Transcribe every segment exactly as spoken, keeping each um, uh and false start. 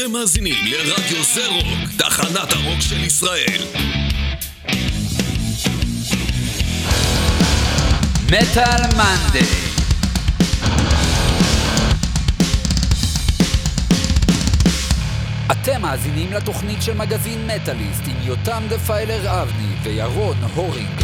אתם מאזינים לרדיו זה רוק, תחנת הרוק של ישראל. מטל מנדי. אתם מאזינים לתוכנית של מגזין מטאליסט עם יותם דפיילר אבני וירון הורינג.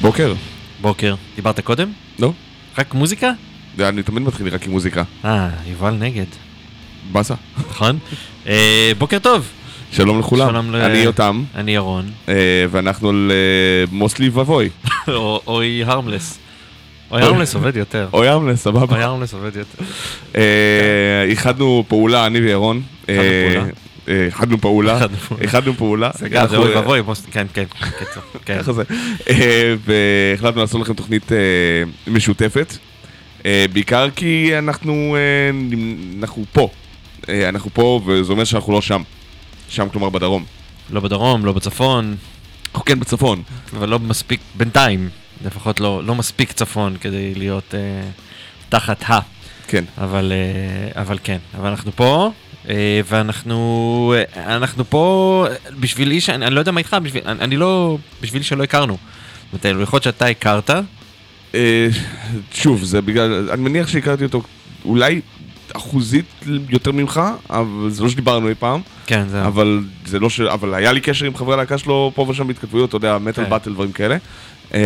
בוקר. בוקר. דיברת קודם? לא. רק מוזיקה? אני תמיד מתחיל רק עם מוזיקה. אה, יובל נגד. בסה. נכון? אה, בוקר טוב. שלום לכולם. שלום ל- אני יותם. אני ירון. אה, ואנחנו למוסלי ובוי. או- אוי הרמלס. אוי הרמלס עובד יותר. אוי אמלס, סבבה. אוי הרמלס עובד יותר. אה, איחדנו פעולה, אני וירון. איחדנו אה, פעולה? אה, איחדנו פעולה. איחדנו פעולה. איחדנו פעולה. זה גם, זה אנחנו- אוי ואבוי. מוס- כן, כן. קיצור, כן. ככה זה. אה, והחלטנו לעשות לכם תוכנית אה, משותפת. אה, בעיקר כי אנחנו אה, נמ- אנחנו פה. אה, אנחנו פה, וזה אומר שאנחנו לא שם. שם, כלומר, בדרום. לא בדרום, לא בצפון, אנחנו כן בצפון. אבל לא מספיק, בינתיים, לפחות לא לא מספיק צפון כדי להיות אה, תחת ה. כן. אבל, אה, אבל כן, אבל אנחנו פה, אה, ואנחנו אנחנו פה בשביל איש, אני, אני לא יודע מה איתך, בשביל, אני, אני לא, בשביל שלא הכרנו. זאת אומרת, יכול להיות שאתה הכרת, אה, שוב, זה בגלל, אני מניח שהכרתי אותו אולי אחוזית יותר ממך, אבל זה לא שדיברנו אי פעם, כן, זה... אבל זה לא ש... אבל היה לי קשר עם חברי הלהקה שלו פה ושם בהתכתבויות, אתה יודע, מטל כן. באטל, דברים כאלה, אה,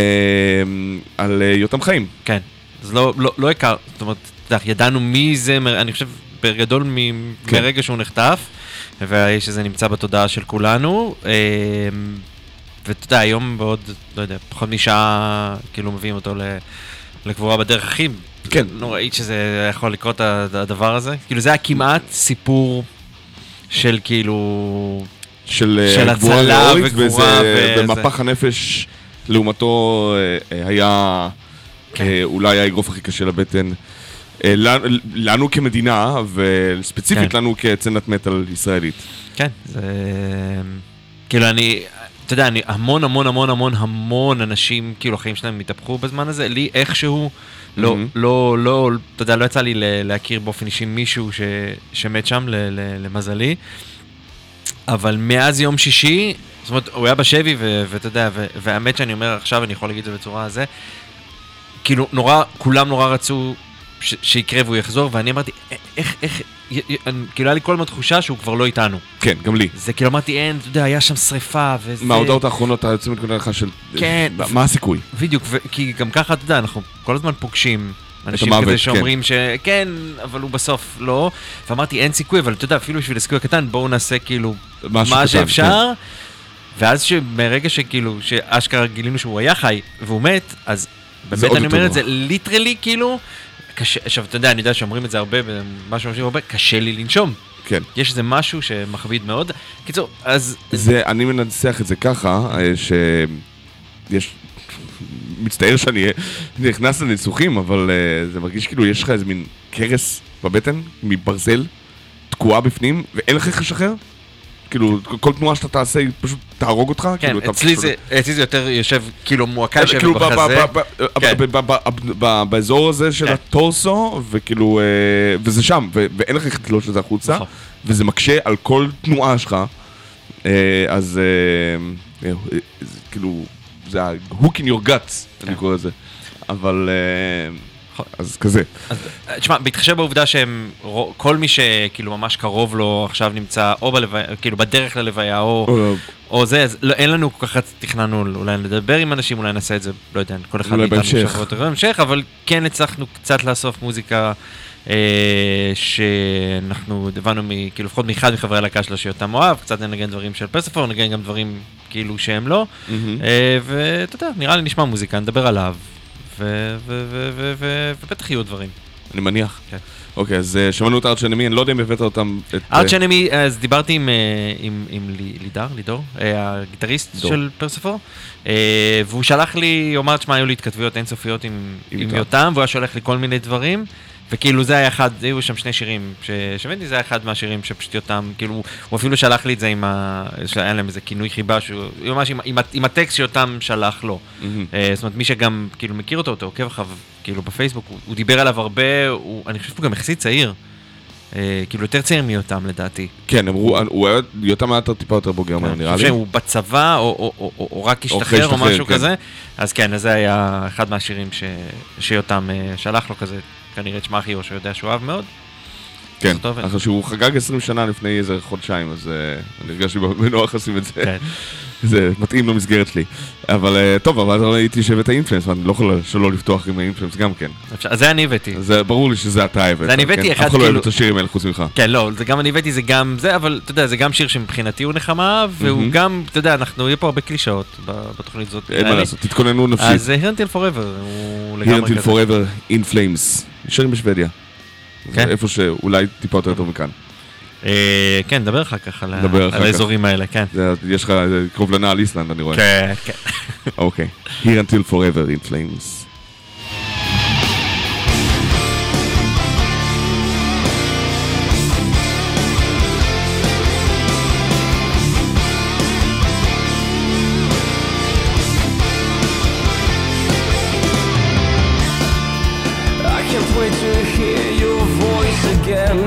על אה, יותם חיים. כן, אז לא, לא, לא הכר, זאת אומרת, אתה יודע, ידענו מי זה, מ- אני חושב, בגדול מ- כן. מרגע שהוא נחטף, והאיש הזה נמצא בתודעה של כולנו, אה, ואתה יודע, היום בעוד, לא יודע, פחות משעה, כאילו מביאים אותו ל- לקבורה בדרך הכי כן. נוראית שזה יכול לקרות הד- הדבר הזה, כאילו זה היה כמעט סיפור של כאילו, של אה, של גבורה הצלה הירואית, וגבורה וזה- וזה. ומפח הנפש לעומתו אה, אה, היה כן. אה, אולי האגרוף הכי קשה לבטן. אה, לנו- לנו כמדינה, וספציפית כן. לנו כצנת מטל ישראלית. כן, זה... כאילו אני, אתה יודע, אני, המון המון המון המון המון אנשים, כאילו החיים שלהם התהפכו בזמן הזה, לי איכשהו, לא, מהמם. לא, לא, אתה יודע, לא יצא לי ל- להכיר באופן אישי מישהו ש, שמת שם, ל, ל, למזלי, אבל מאז יום שישי, זאת אומרת, הוא היה בשבי, ו- ואתה יודע, ו- והאמת שאני אומר עכשיו, אני יכול להגיד את זה בצורה הזה, כאילו, נורא, כולם נורא רצו ש- שיקרה והוא יחזור, ואני אמרתי, איך, איך, י- י- אני- כאילו, היה לי כל הזמן תחושה שהוא כבר לא איתנו. כן, גם לי. זה כאילו אמרתי, אין, אתה יודע, היה שם שריפה, וזה... מההודעות האחרונות, אתה יוצא מתכונן לך של... כן. מה הסיכוי? בדיוק, ו- כי גם ככה, אתה יודע, אנחנו כל הזמן פוגשים אנשים המוות, כזה כן. שאומרים שכן, אבל הוא בסוף לא, ואמרתי, אין סיכוי, אבל אתה יודע, אפילו בשביל הסיכוי הקטן, בואו נעשה כאילו משהו מה קטן, שאפשר, ואז שמרגע שכאילו, שאשכרה גילינו שהוא היה חי, והוא מת, אז זה באמת עוד אני יותר אומר את נורא. זה ליטרלי, כאילו, קשה, עכשיו, אתה יודע, אני יודע שאומרים את זה הרבה, מה שאומרים הרבה, קשה לי לנשום. כן. יש איזה משהו שמכביד מאוד. קיצור, אז... זה, אני מנסח את זה ככה, אה, שיש... מצטער שאני נכנס לניסוחים, אבל אה, זה מרגיש כאילו יש לך איזה מין קרס בבטן, מברזל, תקועה בפנים, ואין לך איך לשחרר? כאילו, כל תנועה שאתה תעשה, היא פשוט תהרוג אותך? כן, כאילו, אתה אצלי פשוט- זה, אצלי זה יותר יושב, כאילו מועקה יושב כאילו, ב- ב- בחזה. ב- ב- כן. ב- ב- ב- ב- באזור הזה של כן. הטורסו, וכאילו, אה, וזה שם, ו- ואין לך איך לתלוש את זה החוצה, נכון. וזה מקשה על כל תנועה שלך, אה, אז אה, אה, זה כאילו, זה ה-hook in your guts, אני קורא לזה, אבל, אה, נכון. אז כזה. אז, תשמע, בהתחשב בעובדה שהם, רו- כל מי שכאילו ממש קרוב לו עכשיו נמצא או בלוויה, כאילו בדרך ללוויה, או, או- או זה, אז לא, אין לנו כל כך, תכננו אולי לדבר עם אנשים, אולי נעשה את זה, לא יודע, כל אחד אולי מאיתנו בהמשך. שבועות אחרי בהמשך, אבל כן הצלחנו קצת לאסוף מוזיקה, אה, שאנחנו הבנו, מ- כאילו לפחות מאחד מחברי הלהקה שלו שיותם אוהב, קצת ננגן דברים של פרספור, ננגן גם דברים כאילו שהם לא, מהמם. אה, ואתה יודע, נראה לי נשמע מוזיקה, נדבר עליו, ו- ו- ו- ו- ו- ובטח יהיו דברים. אני מניח. כן. אוקיי, אז אה, שמענו את ארץ' אנמי, אני לא יודע אם הבאת אותם. את, אה, ארץ' אנמי, אז דיברתי עם, אה, עם, עם לי- לידר, לידור, אה, הגיטריסט דור. של פרספור, אה, והוא שלח לי, הוא אמר, תשמע, היו לי התכתבויות אינסופיות עם, עם עם יותם. יותם, והוא היה שולח לי כל מיני דברים, וכאילו זה היה אחד, היו שם שני שירים, ששמעתי, זה היה אחד מהשירים שפשוט יותם, כאילו, הוא אפילו שלח לי את זה עם ה... היה להם איזה כינוי חיבה, שהוא ממש עם, עם, עם הטקסט שיותם שלח לו. מהמם. אה, זאת אומרת, מי שגם כאילו מכיר אותו, אותו עוקב אחריו, כאילו בפייסבוק, הוא, הוא דיבר עליו הרבה, הוא, אני חושב שהוא גם יחסית צעיר. אה, כאילו יותר צעיר מיותם לדעתי. כן, אמרו, הוא היה, יותם היה יותר- טיפה יותר בוגר ממנו, נראה אני לי. חושב שהוא בצבא, או, או, או, או, או רק או השתחרר, או השתחרר, משהו כן. כזה. אז כן, אז זה היה אחד מהשירים ש, שיותם אה, שלח לו כזה, כנראה את שמה אחי, או שיודע שהוא אוהב מאוד. כן, זה טוב. אחרי שהוא חגג עשרים שנה לפני איזה חודשיים, אז אה, אני הרגשתי בנוח לשים את זה. כן. זה מתאים למסגרת שלי. אבל אה, טוב, אבל ראיתי שהבאת אינפלמס, ואני לא יכול שלא לפתוח עם האינפלמס גם כן. אפשר- אז זה אני הבאתי. זה ברור לי שזה אתה הבאת. זה אני הבאתי, כן? אחד אף אחד לא אוהב כאילו- את השירים האלה חוץ ממך. כן, לא, זה גם אני הבאתי, זה גם זה, אבל אתה יודע, זה גם שיר שמבחינתי הוא נחמה, והוא מהמם. גם, אתה יודע, אנחנו, יהיה פה הרבה קלישאות ב- בתוכנית הזאת. אין נראה מה לי. לעשות, תתכוננו נפשית. אז אה, Here Until Forever, הוא Here לגמרי Until כזה. Forever in Flames. נשארים בשוודיה. כן. זה איפה שאולי טיפה יותר טוב מכאן. אה, כן, דבר אחר כך על ה- דבר אחר על כך. האזורים האלה, כן. זה- יש לך זה קרובלנה על איסלנד, אני רואה. כן, כן. אוקיי. Here Until Forever in Flames. I can't wait to hear your voice again.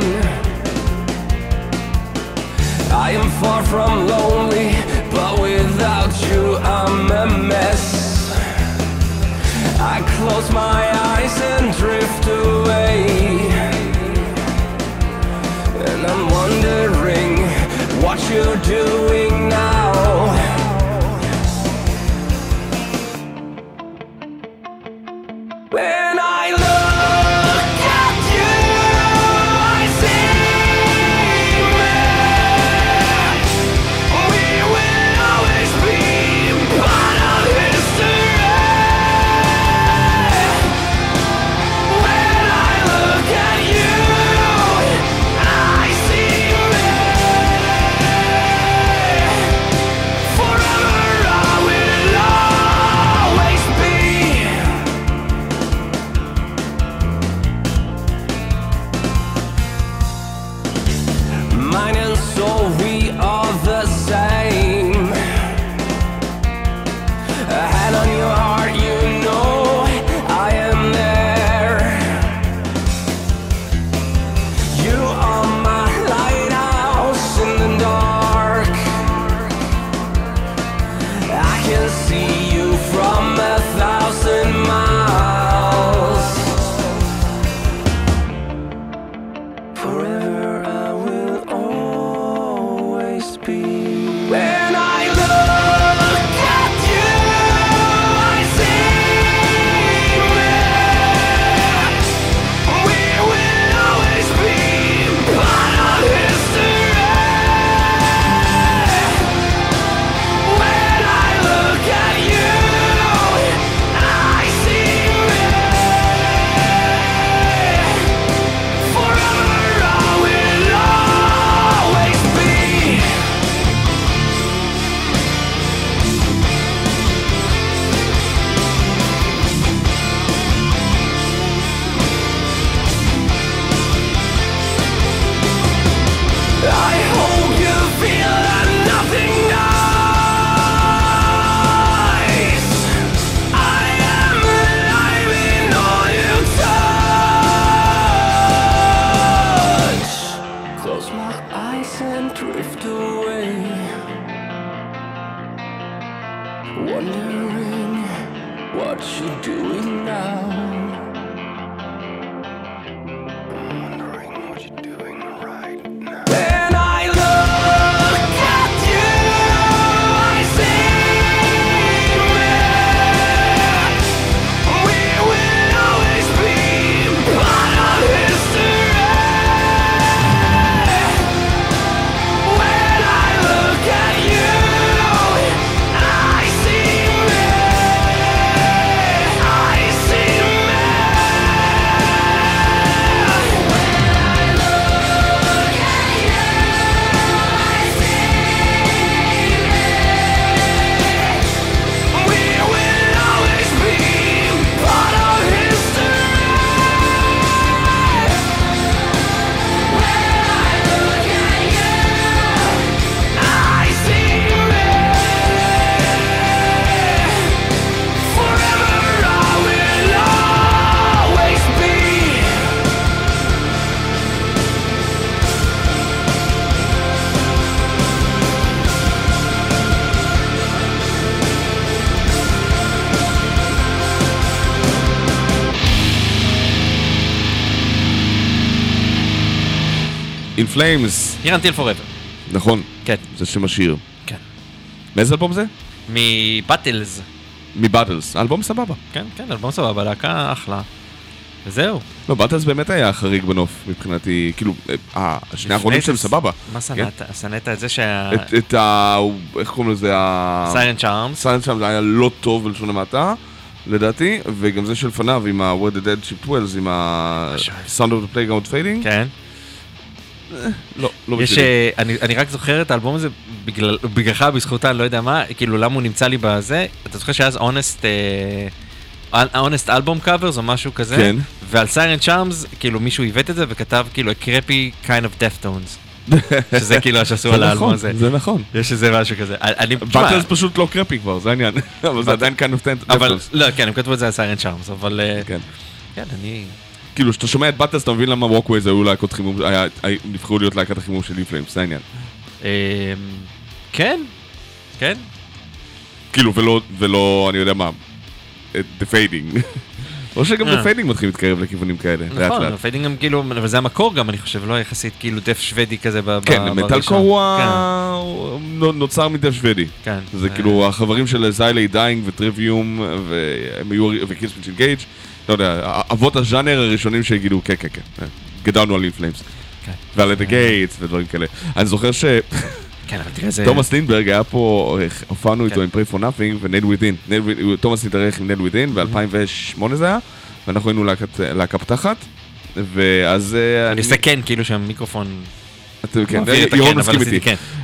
I am far from lonely, but without you I'm a mess. I close my eyes and drift away, and I'm wondering what you're doing now. When I look at you, I see me. We will always be part of history. When I look at you, I see me. Forever I will always be. Mind and soul, we are the same. A hand on your heart, you know I am there. You are my lighthouse in the dark. I can see you from a thousand miles. Forever I will always be. When I look at you, I see me. We will always be part of history. When I look at you, I see me. Forever I will always be. I hope you feel that nothing dies. I am alive in all you touch. Close my eyes and drift away, wondering what you're doing now. Wondering what you're doing right now. When I look at you, I see me. We will always be part of history. When I look at you, I see me. I see me. We will always be part of history. When I look at you, I see me. Forever I will always be. In Flames. Here Until Forever. נכון. כן. זה שם השיר. כן. מאיזה אלבום זה? מבטלס. מבטלס, אלבום סבבה. כן, כן, אלבום סבבה, להקה אחלה. וזהו. לא, בטלס באמת היה חריג בנוף מבחינתי, כאילו, אה, השני האחרונים שלהם סבבה. מה שנאת? שנאת את זה שה... את ה... איך קוראים לזה? סיילנט צ'ארמס. סיילנט צ'ארמס היה לא טוב בלשון המעטה, לדעתי, וגם זה שלפניו עם ה-Where the Dead Ship Dwells, עם ה-Sound of the Playground Fading. כן. לא, לא יש, בשבילי. אני, אני רק זוכר את האלבום הזה בגלל, בגללך, בזכותה, אני לא יודע מה, כאילו למה הוא נמצא לי בזה, אתה זוכר שאז אונסט, אונסט אלבום קאברס או משהו כזה, כן. ועל סיירנט צ'ארמס, כאילו מישהו הבאת את זה וכתב כאילו a crappy kind of deftones, שזה כאילו שעשו על האלבום הזה. זה נכון. יש איזה משהו כזה. אני, בטלס פשוט לא קרפי כבר, זה העניין, אבל זה עדיין kind of deftones. אבל, לא, כן, הם כתבו את זה על סיירנט צ'ארמס, אבל, כן. כן, אני... כאילו, כשאתה שומע את בטלס, אתה מבין למה ווקווייז היו להקות חימום, נבחרו להיות להקת החימום של אינפלאמס, זה העניין. כן, כן. כאילו, ולא, ולא, אני יודע מה, The Fading. או שגם The Fading מתחיל להתקרב לכיוונים כאלה, לאט נכון, לאט. The Fading גם כאילו, אבל זה המקור גם, אני חושב, לא יחסית כאילו דף שוודי כזה בראשון. כן, מטלקור הוא נוצר מדף שוודי. כן. זה כאילו, החברים של זיילי דיינג וטריוויום, והם היו, וקיספינג' אינגייג', לא יודע, אבות הז'אנר הראשונים שהגידו, כן, כן, כן, גדלנו על אינפלאמס. ועל את הגייטס ודברים כאלה. אני זוכר ש... כן, אבל תראה זה... תומאס לינדברג היה פה, הופענו איתו עם Pray for Nothing ו-Ned Within. תומאס התארח עם Ned Within, ב-אלפיים ושמונה זה היה, ואנחנו היינו להקה פתחת, ואז... אני עושה כן, כאילו שהמיקרופון... כן, ירון מסכים איתי.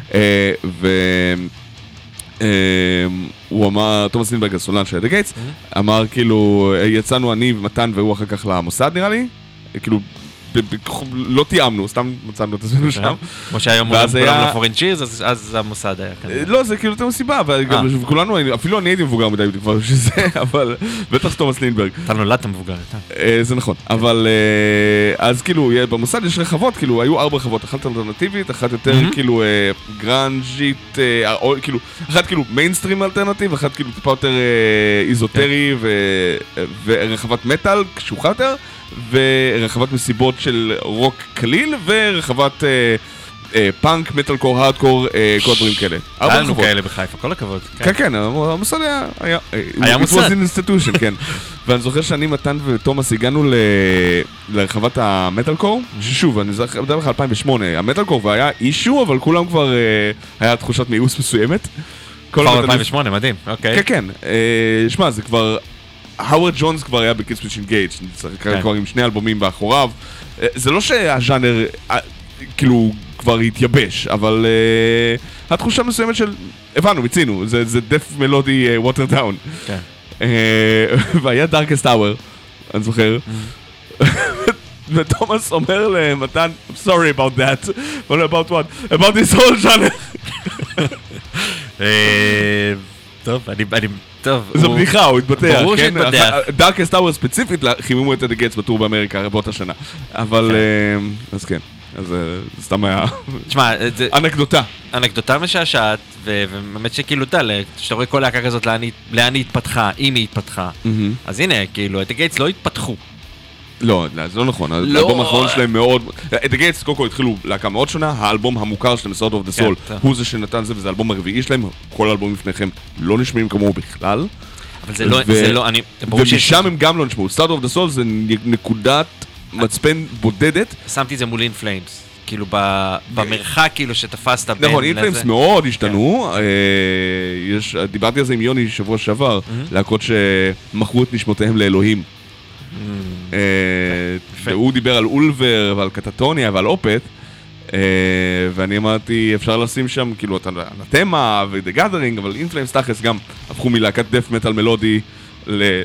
והוא אמר, תומאס לינדברג, הסולן של The Gates, אמר כאילו, יצאנו אני ומתן והוא אחר כך למוסד נראה לי, כאילו... לא תיאמנו, סתם מצאנו את עצמנו שם. כמו שהיום כולם לא פורין צ'ירס, אז המוסד היה כאן. לא, זה כאילו יותר מסיבה, אבל כולנו, אפילו אני הייתי מבוגר מדי כבר שזה, אבל בטח תומאס לינדברג. אתה נולדת מבוגר, זה נכון, אבל אז כאילו במוסד יש רחבות, כאילו היו ארבע רחבות, אחת אלטרנטיבית, אחת יותר כאילו גרנג'ית, כאילו, אחת כאילו מיינסטרים אלטרנטיב, אחת כאילו טיפה יותר איזוטרי ורחבת מטל, קשוחה יותר. ורחבת מסיבות של רוק קליל, ורחבת אה, אה, פאנק, מטל קור, הארדקור, אה, כל הדברים כאלה. היה לנו כאלה בחיפה, כל הכבוד. כן, כן, המוסד היה... היה, היה מוסד. it was an institution, כן. ואני זוכר שאני, מתן ותומאס הגענו ל... לרחבת המטל קור, ששוב, אני מדבר לך אלפיים ושמונה, המטל קור כבר היה אישו, אבל כולם כבר... אה, היה תחושת מיאוס מסוימת. כבר אלפיים ושמונה, מדהים, אוקיי. כן, כן. אה, שמע, זה כבר... האוורד ג'ונס כבר היה בקיספינג' אינגייג' כבר עם שני אלבומים באחוריו. זה לא שהז'אנר כאילו כבר התייבש, אבל התחושה מסוימת של הבנו, מצינו, זה דף מלודי ווטר דאון. והיה דארקסט אאוור, אני זוכר. ותומאס אומר למתן, I'm sorry about that. What about what? About this whole genre. טוב, אני... טוב, זו בדיחה, הוא התבטח, ברור שהתבטח. דארקסט אאוור ספציפית חיממו את The Gates בטור באמריקה באותה שנה. אבל, אז כן, אז זה סתם היה אנקדוטה. אנקדוטה משעשעת, ובאמת שכאילו אתה, שאתה רואה כל להקה כזאת לאן היא התפתחה, אם היא התפתחה. אז הנה, כאילו, את The Gates לא התפתחו. לא, זה לא נכון, האלבום האחרון שלהם מאוד... את The Gates קודם כל התחילו להקה מאוד שונה, האלבום המוכר שלהם, Sword of the Soul, הוא זה שנתן זה, וזה האלבום הרביעי שלהם, כל האלבומים לפניכם לא נשמעים כמוהו בכלל. אבל זה לא, זה לא, אני... ומשם הם גם לא נשמעו, Sword of the Soul זה נקודת מצפן בודדת. שמתי את זה מול In Flames, כאילו במרחק כאילו שתפסת בין... נכון, In Flames מאוד השתנו, דיברתי על זה עם יוני שבוע שעבר, להקות שמכרו את נשמותיהם לאלוהים. הוא דיבר על אולבר ועל קטטוניה ועל אופת, ואני אמרתי אפשר לשים שם כאילו את התמה ו-The Gathering, אבל In Flames תכלס גם הפכו מלהקת דף מטל מלודי ל...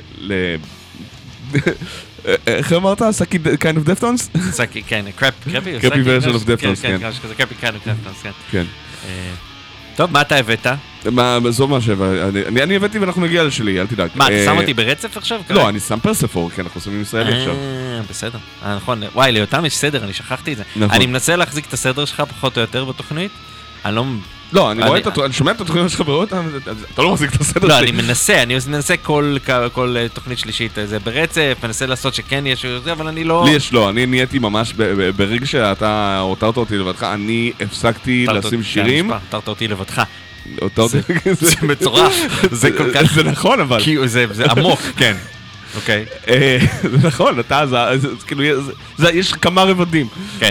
איך אמרת? סאקי kind of Deftones? סאקי, כן, קרפי קרפי version of Deftones, כן. קרפי kind of Deftones, כן. כן. טוב, מה אתה הבאת? מה, זו מה שבא, אני הבאתי ואנחנו נגיע לשלי, אל תדאג. מה, אתה שם אותי ברצף עכשיו? לא, אני שם פרספור, כי אנחנו שמים ישראלי עכשיו. בסדר, נכון, וואי, ליותם יש סדר, אני שכחתי את זה. אני מנסה להחזיק את הסדר שלך פחות או יותר בתוכנית, אני לא... לא, אני רואה את התוכנית, אני שומע את התוכנית שלך ורואה אותה, אתה לא מחזיק את הסדר שלי. לא, אני מנסה, אני מנסה כל תוכנית שלישית, זה ברצף, מנסה לעשות שכן יש, אבל אני לא... לי יש לא, אני נהייתי ממש, ברגע שאתה הותרת אותי לבדך, אני הפסקתי לשים שירים. הותרת אותי לבדך. אותו... זה מצורף, זה כל כך... זה נכון, אבל... כי זה עמוק, כן. אוקיי. זה נכון, אתה, זה כאילו, יש כמה רבדים. כן.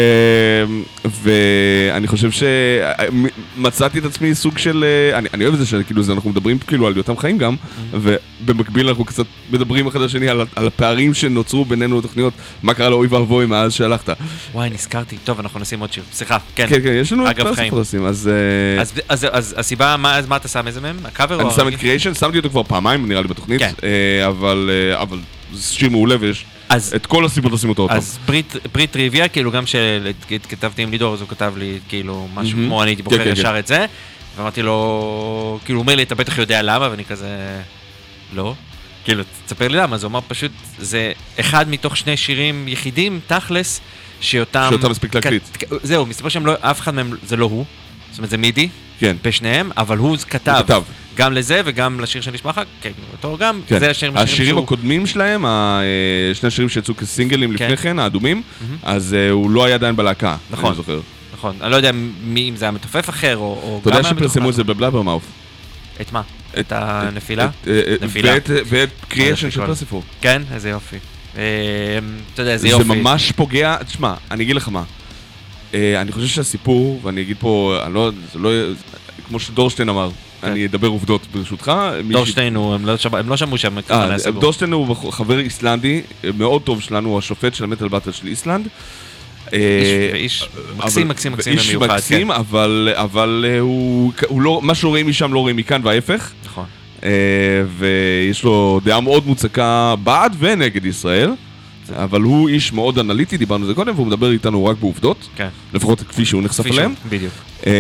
ואני חושב שמצאתי את עצמי סוג של, אני אוהב את זה שכאילו אנחנו מדברים כאילו על יותם חיים גם, ובמקביל אנחנו קצת מדברים אחד לשני על הפערים שנוצרו בינינו לתוכניות, מה קרה לאוי ואבוי מאז שהלכת. וואי, נזכרתי. טוב, אנחנו נשים עוד שיר. סליחה, כן. כן, כן, יש לנו אגב חיים. אז... אז הסיבה, מה אתה שם איזה מהם? הקאבר או... אני שם את קריאיישן, שמתי אותו כבר פעמיים, נראה לי בתוכנית, אבל אבל זה שיר מעולה ויש את כל הסיבות לשים אותו. אז ברית טריוויה, כאילו גם שכתבתי עם לידור, אז הוא כתב לי כאילו משהו כמו אני הייתי בוחר ישר את זה, ואמרתי לו, כאילו הוא אומר לי, אתה בטח יודע למה, ואני כזה, לא, כאילו, תספר לי למה, אז הוא אמר פשוט, זה אחד מתוך שני שירים יחידים, תכלס, שיותם... שיותם מספיק להקליט. זהו, מסתבר שהם לא, אף אחד מהם, זה לא הוא, זאת אומרת, זה מידי, בשניהם, אבל הוא כתב. גם לזה וגם לשיר שנשמע אחר, כן, אותו גם, זה השיר השירים הקודמים שלהם, שני השירים שיצאו כסינגלים לפני כן, האדומים, אז הוא לא היה עדיין בלהקה, אני זוכר. נכון, אני לא יודע אם זה היה מתופף אחר, או אתה יודע שפרסמו את זה בבלאברמאוף. את מה? את הנפילה? נפילה. ואת קריאיישן של פרסיפור. כן, איזה יופי. אתה יודע, איזה יופי. זה ממש פוגע, תשמע, אני אגיד לך מה. אני חושב שהסיפור, ואני אגיד פה, זה לא, כמו שדורשטיין אמר, אני אדבר עובדות ברשותך. דורשטיין הוא, הם לא שמעו שם כמה סגור. דורשטיין הוא חבר איסלנדי, מאוד טוב שלנו, הוא השופט של המטל באטל של איסלנד. איש מקסים, מקסים, מקסים במיוחד. איש מקסים, אבל הוא לא, מה שרואים משם לא רואים מכאן וההפך. נכון. ויש לו דעה מאוד מוצקה בעד ונגד ישראל. אבל הוא איש מאוד אנליטי, דיברנו על זה קודם, והוא מדבר איתנו רק בעובדות. כן. לפחות כפי שהוא נחשף עליהם. בדיוק.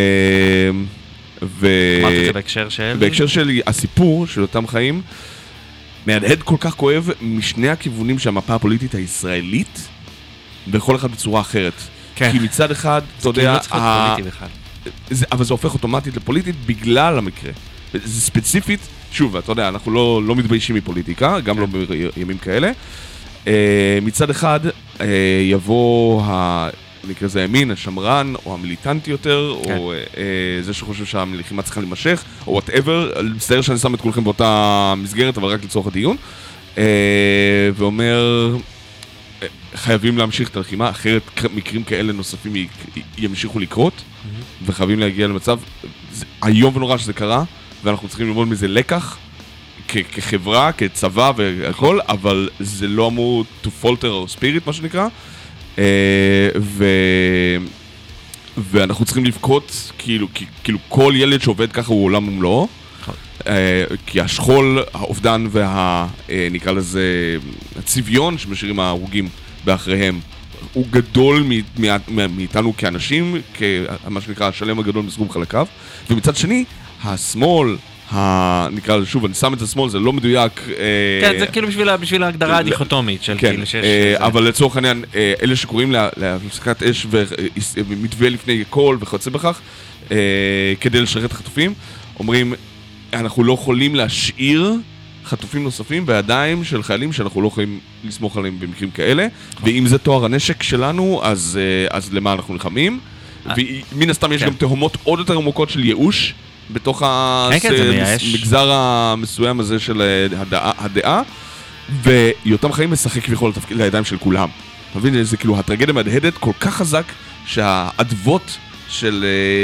ו... אמרת את זה בהקשר של... בהקשר של הסיפור של אותם חיים, מהדהד כל כך כואב משני הכיוונים שהמפה הפוליטית הישראלית, בכל אחד בצורה אחרת. כן. כי מצד אחד, אתה יודע... זה כאילו לא צריך להיות פוליטי בכלל. זה, אבל זה הופך אוטומטית לפוליטית בגלל המקרה. זה ספציפית, שוב, אתה יודע, אנחנו לא, לא מתביישים מפוליטיקה, גם כן. לא בימים כאלה. Uh, מצד אחד, uh, יבוא ה... נקרא זה הימין, השמרן, או המיליטנטי יותר, כן. או uh, זה שחושב שהמלחימה צריכה להימשך, או whatever, מצטער שאני שם את כולכם באותה מסגרת, אבל רק לצורך הדיון, uh, ואומר, uh, חייבים להמשיך את הלחימה, אחרת מקרים כאלה נוספים י... ימשיכו לקרות, mm-hmm. וחייבים להגיע למצב, זה היום ונורא שזה קרה, ואנחנו צריכים ללמוד מזה לקח, כ- כחברה, כצבא והכל, אבל זה לא אמור to falter our spirit, מה שנקרא, ו... ואנחנו צריכים לבכות, כאילו, כאילו כל ילד שעובד ככה הוא עולם ומלואו, כי השכול, האובדן וה... נקרא לזה, הצביון שמשאירים ההרוגים באחריהם, הוא גדול מאיתנו כאנשים, מה שנקרא השלם הגדול מסכום חלקיו, ומצד שני, השמאל, נקרא לזה שוב, אני שם את השמאל, זה לא מדויק. כן, זה כאילו בשביל ההגדרה הדיכוטומית של כאילו שיש... אבל לצורך העניין, אלה שקוראים להפסקת אש ומתווה לפני כל וכיוצא בכך, כדי לשרת את החטופים, אומרים, אנחנו לא יכולים להשאיר חטופים נוספים בידיים של חיילים שאנחנו לא יכולים לסמוך עליהם במקרים כאלה, ואם זה תואר הנשק שלנו, אז למה אנחנו נלחמים? ומן הסתם יש גם תהומות עוד יותר עמוקות של ייאוש, בתוך המגזר המסוים הזה של הדעה, ויותם חיים משחק כביכול לידיים של כולם. אתה מבין, זה כאילו הטרגדיה מהדהדת כל כך חזק שהעדבות של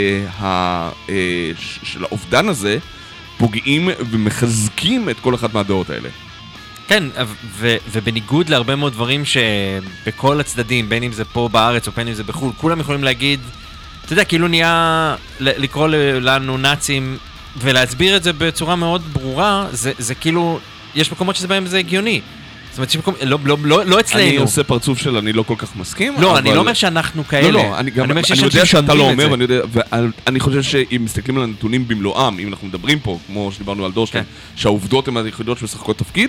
האובדן הזה פוגעים ומחזקים את כל אחת מהדעות האלה. כן, ובניגוד להרבה מאוד דברים שבכל הצדדים, בין אם זה פה בארץ או בין אם זה בחו"ל, כולם יכולים להגיד, אתה יודע, כאילו נהיה לקרוא לנו נאצים ולהסביר את זה בצורה מאוד ברורה, זה, זה כאילו, יש מקומות שזה בהם זה הגיוני. זאת אומרת, שמקום, לא, לא, לא, לא אצלנו. אני עושה פרצוף של אני לא כל כך מסכים. לא, אבל... אני לא אומר שאנחנו כאלה. לא, לא, אני, גם, אני, אני יודע שאתה לא אומר, ואני, יודע, ואני חושב שאם מסתכלים על הנתונים במלואם, אם אנחנו מדברים פה, כמו שדיברנו על דורשטיין, כן. שהעובדות הן היחידות שמשחקות תפקיד,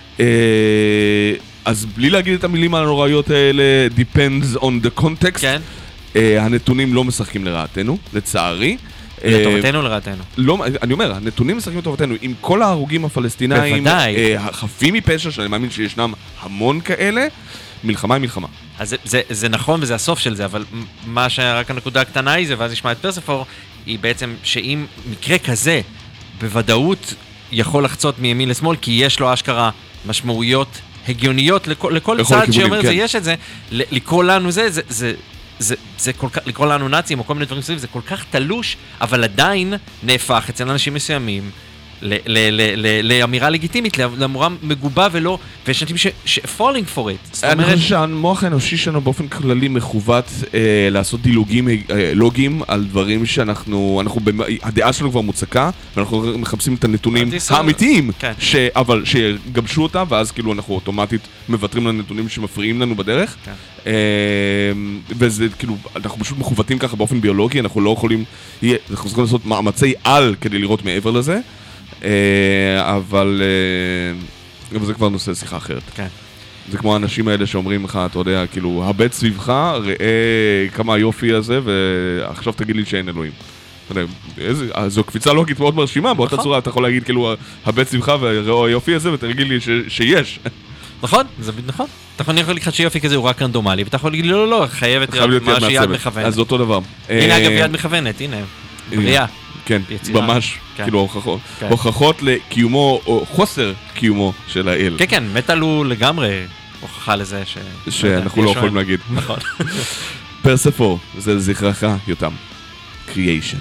אז בלי להגיד את המילים הנוראיות האלה, depends on the context, כן. הנתונים לא משחקים לרעתנו, לצערי. לטובתנו או לרעתנו? לא, אני אומר, הנתונים משחקים לטובתנו. עם כל ההרוגים הפלסטינאים, החפים מפשע, שאני מאמין שישנם המון כאלה, מלחמה היא מלחמה. אז זה, זה, זה נכון וזה הסוף של זה, אבל מה שרק הנקודה הקטנה היא זה, ואז נשמע את פרספור, היא בעצם שאם מקרה כזה בוודאות יכול לחצות מימין לשמאל, כי יש לו אשכרה משמעויות הגיוניות לכל, לכל לכל צד כיוונים, שאומר כן. זה, יש את זה, לקרוא לנו זה, זה, זה, זה, זה כל כך, לקרוא לנו נאצים או כל מיני דברים סביב, זה כל כך תלוש, אבל עדיין נהפך אצל אנשים מסוימים ל- ל- ל- ל- לאמירה לגיטימית, לאמורה מגובה ולא, ויש אנשים ש- ש- falling for it. זאת אני אומרת, חושב שהמוח האנושי שלנו באופן כללי מכוות אה, לעשות דילוגים אה, לוגיים על דברים שאנחנו, אנחנו, במ- הדעה שלנו כבר מוצקה, ואנחנו מחפשים את הנתונים הטיסה- האמיתיים, כן. ש, אבל שיגבשו אותם, ואז כאילו אנחנו אוטומטית מוותרים לנתונים שמפריעים לנו בדרך. כן. אה, וזה כאילו, אנחנו פשוט מכוותים ככה באופן ביולוגי, אנחנו לא יכולים, יהיה, אנחנו צריכים לעשות מאמצי על כדי לראות מעבר לזה. אה, אבל, אה, אבל זה כבר נושא שיחה אחרת. כן. זה כמו האנשים האלה שאומרים לך, אתה יודע, כאילו, הבט סביבך, ראה כמה היופי הזה, ועכשיו תגיד לי שאין אלוהים. אתה יודע, איזה, זו קפיצה לוגית מאוד מרשימה, באותה צורה אתה יכול להגיד, כאילו, הבט סביבך וראה היופי הזה, ותגיד לי ש, שיש. נכון, זה נכון. אתה יכול להגיד לך שיופי כזה הוא רק רנדומלי, ואתה יכול להגיד לי, לא, לא, לא, חייבת חייב להיות להיות יד משהו יד מעצבת. מכוונת. אז זה אותו דבר. הנה אה, אגב יד מכוונת, הנה, בריאה. כן, יצירה. ממש, כן. כאילו, הוכחות. כן. הוכחות לקיומו, או חוסר קיומו של האל. כן, כן, מטל הוא לגמרי הוכחה לזה ש... שאנחנו לא יש יכולים שם. להגיד. נכון. פרספור, זה זכרך, יותם. Creation.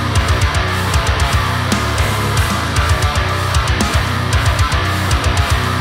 I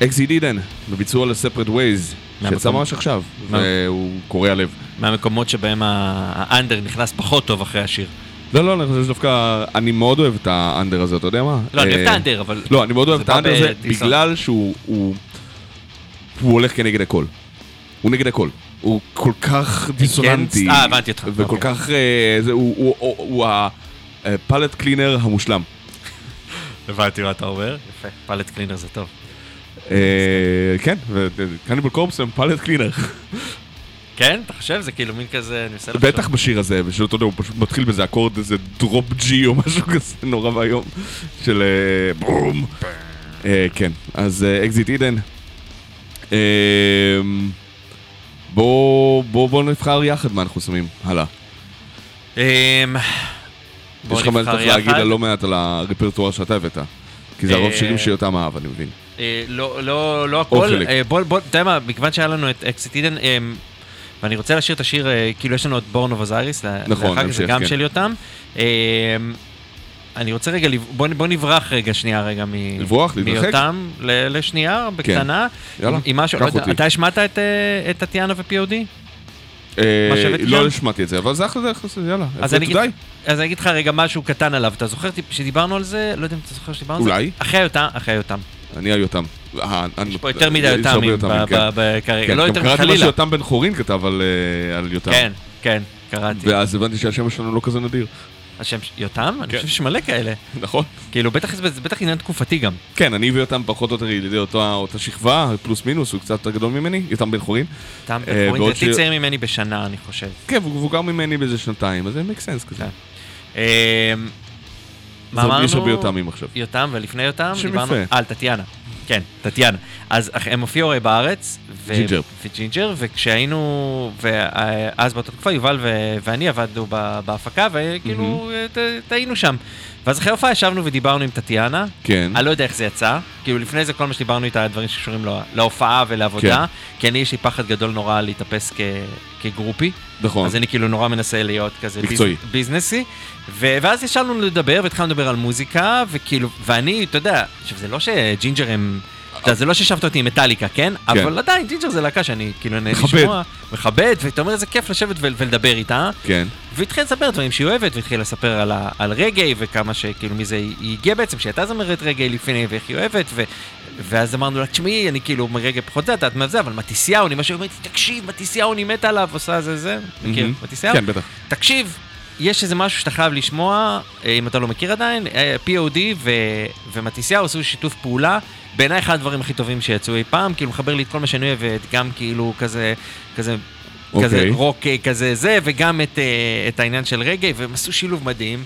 אקזיט אידן, בביצוע ל-Separate Ways, שיצא ממש עכשיו, והוא קורע לב. מהמקומות שבהם האנדר נכנס פחות טוב אחרי השיר. לא, לא, אני חושב שדווקא, אני מאוד אוהב את האנדר הזה, אתה יודע מה? לא, אני אוהב את האנדר, אבל... לא, אני מאוד אוהב את האנדר הזה, בגלל שהוא הוא הולך כנגד הכל. הוא נגד הכל. הוא כל כך דיסוננטי. אה, הבנתי אותך. וכל כך... הוא הפלט קלינר המושלם. הבנתי מה אתה אומר. יפה, פלט קלינר זה טוב. כן, וקניבל קורפס הם פלט קלינר. כן? אתה חושב? זה כאילו מין כזה... בטח בשיר הזה, ושאתה יודע, הוא פשוט מתחיל בזה אקורד, איזה דרופ ג'י או משהו כזה נורא והיום, של בום. כן, אז אקזיט אידן. בואו נבחר יחד מה אנחנו שמים, הלאה. יש לך מה צריך להגיד לא מעט על הרפרטואר שאתה הבאת, כי זה הרוב שירים שיותם אהב, אני מבין. לא הכל, בוא, אתה יודע מה, מכיוון שהיה לנו את אקזיט אידן, ואני רוצה לשיר את השיר, כאילו יש לנו את בורן אוף אוזייריס, לאחר כך זה גם של יותם. אני רוצה רגע, בוא נברח רגע שנייה רגע מיותם לשנייה, בקטנה. יאללה, קח אותי. אתה השמעת את טטיאנה ו-פי או די? לא השמעתי את זה, אבל זה אחלה זה, יאללה. אז אני אגיד לך רגע משהו קטן עליו. אתה זוכר שדיברנו על זה? לא יודע אם אתה זוכר שדיברנו על זה? אולי. אחרי יותם, אחרי יותם. אני היותם. יש פה יותר מדי יותמים כרגע. לא יותר קראתי חלילה. מה שיותם בן חורין כתב על יותם. כן, כן, קראתי. ואז הבנתי שהשם שלנו לא כזה נדיר. השם יותם? אני חושב שמלא כאלה. נכון. כאילו, בטח עניין תקופתי גם. כן, אני ויותם פחות או יותר ילידי אותה שכבה, פלוס מינוס, הוא קצת יותר גדול ממני, יותם בן חורין. יותם בן חורין, זה תי צעיר ממני בשנה, אני חושב. כן, והוא מבוגר ממני באיזה שנתיים, אז זה make sense כזה. מה אמרנו? יש הרבה יותמים עכשיו. יותם, ולפני יותם דיברנו על טטיאנה. כן, טטיאנה. אז הם הופיעו הרי בארץ. ג'ינג'ר. וג'ינג'ר, וכשהיינו, ואז באותה תקופה, יובל ואני עבדנו בהפקה, וכאילו, טעינו שם. ואז אחרי הופעה ישבנו ודיברנו עם טטיאנה. כן. אני לא יודע איך זה יצא. כאילו, לפני זה כל מה שדיברנו איתה, הדברים שקשורים להופעה ולעבודה. כי אני, יש לי פחד גדול נורא להתאפס כגרופי. נכון. אז אני כאילו נורא מנסה להיות כזה ביזנסי. ואז ישבנו לדבר, והתחלנו לדבר על מוזיקה, וכאילו, ואני, אתה יודע, עכשיו, זה לא שג'ינג'ר הם... זה לא ששבת אותי עם מטליקה, כן? אבל עדיין, ג'ינג'ר זה להקה שאני כאילו נהנה לשמוע, מכבד, ואתה אומר, זה כיף לשבת ולדבר איתה. כן. והתחיל לספר דברים שהיא אוהבת, והתחיל לספר על רגעי, וכמה שכאילו מזה היא הגיעה בעצם, שהייתה זמרת רגעי לפני, ואיך היא אוהבת, ואז אמרנו לה, תשמעי, אני כאילו מרגע פחות זה, אתה יודעת מה זה, אבל מתיסיהו, אני משהו, תקשיב, מתיסיהו, אני מת עליו, עושה זה זה, מכיר, מתיסיהו? כן, בטח. תקשיב, יש איזה משהו שאתה חייב לשמוע, אם אתה לא מכיר עדיין, פי או די ומתיסיהו עשו שיתוף פעולה, בעיניי אחד הדברים הכי טובים שיצאו אי פעם, כאילו מחבר לי את כל מה שאני אוהב, גם כאילו כזה, כזה, okay. כזה רוק כזה זה, וגם את, את העניין של רגעי, והם עשו שילוב מדהים,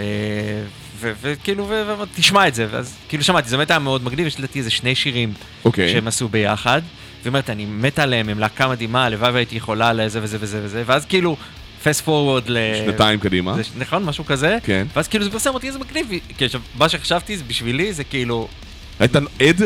וכאילו, ותשמע את זה, ואז כאילו שמעתי, זה באמת היה מאוד מגניב, יש לדעתי איזה שני שירים okay. שהם עשו ביחד, ואומרת, אני מת עליהם, הם להקה מדהימה, הלוואי והייתי יכולה לזה וזה וזה וזה, ואז כאילו, פסט פורוורד ל... שנתיים קדימה. נכון, משהו כזה, כן. ואז כאילו זה פרסם אותי, איזה מגניב, כי עכשיו, מה שחשבתי בשבילי זה כאילו... היית עד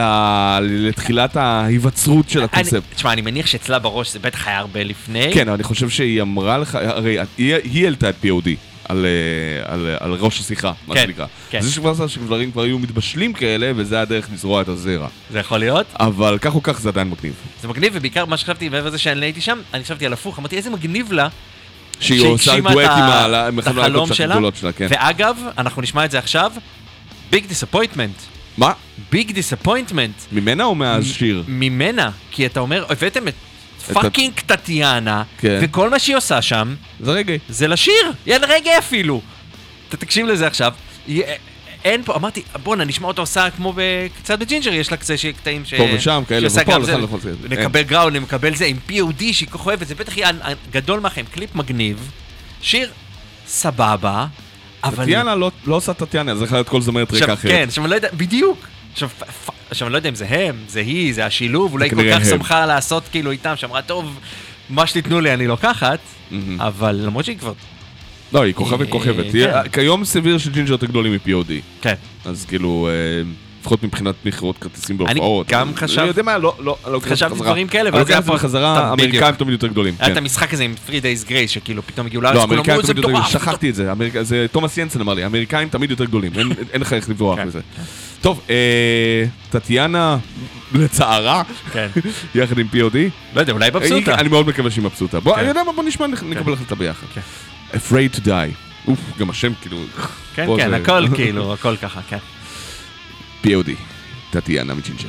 לתחילת ההיווצרות של הקונספט. תשמע, אני מניח שאצלה בראש זה בטח היה הרבה לפני. כן, אני חושב שהיא אמרה לך, הרי היא העלתה את פי או די על ראש השיחה, מה שנקרא. זה שכבר שדברים כבר היו מתבשלים כאלה, וזה הדרך לזרוע את הזרע. זה יכול להיות. אבל כך או כך זה עדיין מגניב. זה מגניב, ובעיקר מה שחשבתי, מעבר לזה שאני הייתי שם, אני חשבתי על הפוך, אמרתי איזה מגניב לה, שהיא עושה דואט עם החלום שלה. ואגב, אנחנו נשמע את זה עכשיו, Big Disappointment. מה? ביג דיסאפוינטמנט. ממנה או מהשיר? ממנה, כי אתה אומר, הבאתם את פאקינג טטיאנה, וכל מה שהיא עושה שם, זה רגעי. זה לשיר, אין רגעי אפילו. אתה תקשיב לזה עכשיו, אין פה, אמרתי, בוא נשמע אותה עושה כמו קצת בג'ינג'ר, יש לה קצת קטעים ש... פה ושם, כאלה, ופה, לכל לכל זה. נקבל גראונד, נקבל זה, עם פי או די שהיא ככה אוהבת, זה בטח יהיה גדול מכם, קליפ מגניב, שיר סבבה, טטיאנה לא עושה טטיאנה, זה יכול להיות כל זמרת רקע אחרת. כן, עכשיו אני לא יודע, בדיוק. עכשיו אני לא יודע אם זה הם, זה היא, זה השילוב, אולי כל כך שמחה לעשות כאילו איתם, שאמרה, טוב, מה שתיתנו לי אני לוקחת, אבל למרות שהיא כבר... לא, היא כוכבת כוכבת. כיום סביר שג'ינג'ר יותר גדולים מפי או די. כן. אז כאילו... לפחות מבחינת מכירות כרטיסים בהופעות. אני גם חשב... אני יודע מה, לא, לא, לא... חשבתי דברים כאלה, ואז היה פה בחזרה, האמריקאים תמיד יותר גדולים. היה את המשחק הזה עם three days grace, שכאילו פתאום הגיעו לארץ, לא, האמריקאים תמיד יותר גדולים, שכחתי את זה, זה תומאס ינסן אמר לי, האמריקאים תמיד יותר גדולים, אין לך איך לברוח מזה. טוב, טטיאנה, לצערה, יחד עם פי או די. לא יודע, אולי מבסוטה. אני מאוד מקווה שהיא מבסוטה. בוא, אני יודע מה, בוא נשמע, נקבל החלטה ביחד. Afraid to die. אוף, גם השם כאילו... כן, כן, הכל כאילו, הכל ככה, כן. פי או די, טטיאנה מג'ינג'ר.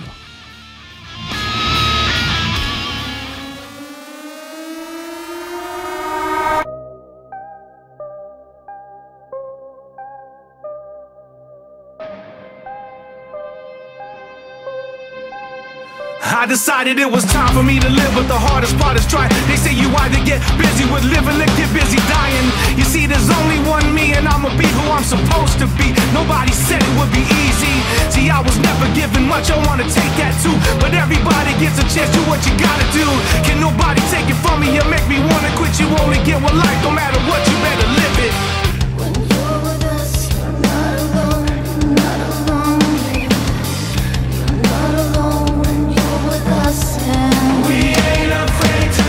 I decided it was time for me to live, but the hardest part is trying. They say you either get busy with living or get busy dying. You see, there's only one me, and I'ma be who I'm supposed to be. Nobody said it would be easy. See, I was never given much, I wanna take that too. But everybody gets a chance, do what you gotta do. Can nobody take it from me and make me wanna quit? You only get one life, no matter what, you better live it. When you're with us, you're not alone, you're not alone, baby. You're not alone when you're with us, and we ain't afraid to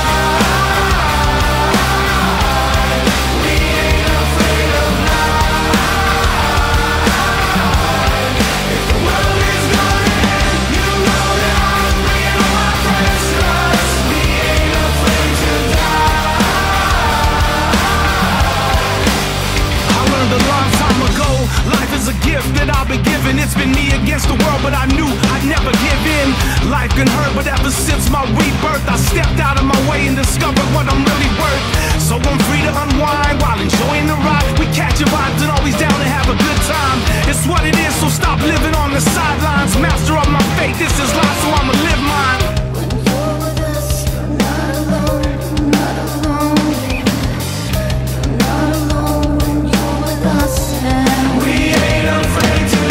die. We ain't afraid of life. If the world is gonna end, you know that I'm bringing all my friends to us. We ain't afraid to die. I learned a long time ago, life is a gift that I've been given. It's been me against the world, but I knew I'd never give in. Life can hurt, but ever since my rebirth, I stepped out of my way and discovered what I'm really worth. So I'm free to unwind while enjoying the ride. We catch your vibes and always down to have a good time. It's what it is, so stop living on the sidelines. Master of my fate, this is life, so I'ma live mine. when you're with us, you're not alone, you're not alone, baby. You're not alone when you're with us, and We ain't afraid to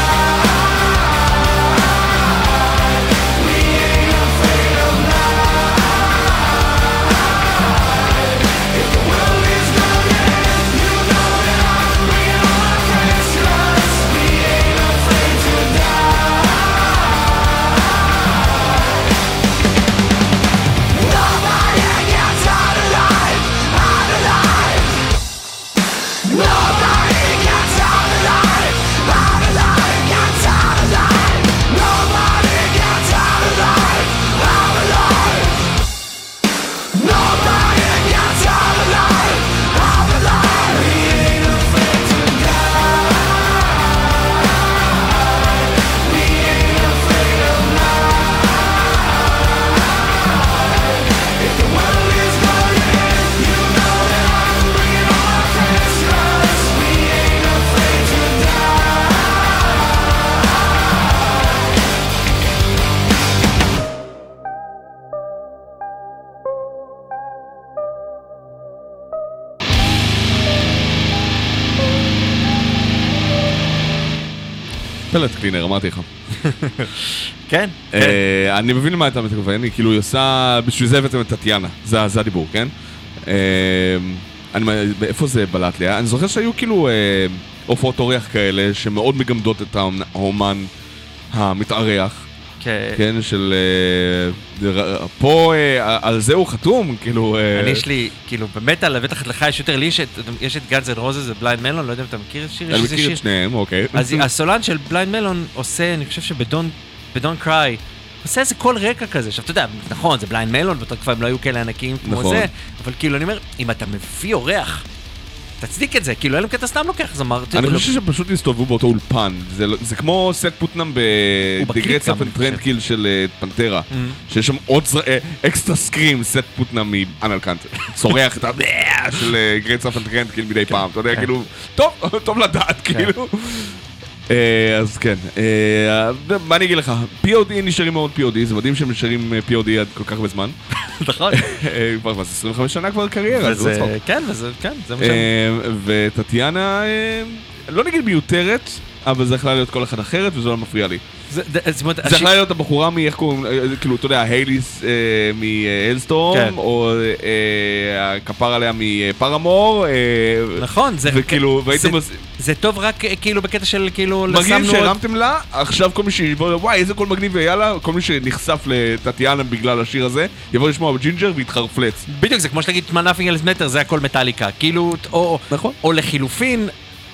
die. We ain't afraid of life. If the world is gonna end, you know that I'm bringing all my friends to us. We ain't afraid to die. Nobody gets out alive, out alive. Nobody gets out alive, out alive, gets out alive. Nobody gets out alive, out alive. Nobody gets out alive, out alive. We ain't afraid to die. We ain't afraid of life. If the world is gonna end, you know that I'm bringing all my friends to us. We ain't afraid to פלט קלינר, אמרתי לך. כן, כן. אה, אני מבין למה אתה מתכוון, היא כאילו היא עושה, בשביל זה הבאתם את טטיאנה, זה זה הדיבור, כן? אה, אני, איפה זה בלט לי? אני זוכר שהיו כאילו אה, הופעות אורח כאלה, שמאוד מגמדות את האומן המתארח, כן. כן, של... אה, פה אה, על זה הוא חתום, כאילו... אה, אני יש לי, כאילו, במטל, בטח לך יש יותר לי, יש את- יש את גאנז אנד רוזס ובליינד מלון, לא יודע אם אתה מכיר את שיר? אני יש איזה מכיר שיר- את שניהם, אוקיי. אז הסולן של בליינד מלון עושה, אני חושב שבדון בדון קריי, עושה איזה קול רקע כזה. עכשיו, אתה יודע, נכון, זה בליינד מלון, ואתה כבר הם לא היו כאלה ענקים כמו נכון. זה, אבל כאילו, אני אומר, אם אתה מביא אורח, תצדיק את זה, כאילו, אלא אם כן אתה סתם לוקח זמר. אני חושב שפשוט הסתובבו באותו אולפן, זה לא- זה כמו סט פוטנם בקליפ בגרץ גם, אפ אני טרנד חושב. קיל של אה, פנטרה, שיש שם עוד זר- אה, אקסטרה סקרים, סט פוטנם מאנל קאנט, צורח את ה... של גרץ אפ טרנד קיל מדי פעם, אתה יודע, כן. כאילו, טוב, טוב לדעת, כאילו. אה, אז כן, אה, מה אני אגיד לך, פי או די נשארים מאוד פי או די, זה מדהים שהם נשארים פי או די עד כל כך הרבה זמן. נכון. אה, כבר מה, זה עשרים וחמש שנה כבר קריירה, זה לא צחוק. וזה, כן, וזה, כן, זה מה ש... אה, וטטיאנה, אה, לא נגיד מיותרת, אבל זה יכלה להיות כל אחד אחרת, וזה לא מפריע לי. זה- זה- זאת אומרת, זה השיר- יכלה להיות הבחורה מאיך קוראים, אה, כאילו, אתה יודע, הייליס מאלסטורם, כן. או אה, הכפר עליה מפרמור, אה, נכון, זה... וכאילו, זה- והייתם עושים- זה טוב רק אה, כאילו בקטע של כאילו... מגניב שמנו עוד- שהרמתם לה, עכשיו כל מי שיבוא, וואי, איזה קול מגניב, ויאללה, כל מי שנחשף לטטיאנה בגלל השיר הזה, יבוא לשמוע בג'ינג'ר ויתחרפלץ. בדיוק, זה כמו שתגיד, מה nothing else matter, זה הכל מטאליקה. כאילו, או, נכון. או לחילופין,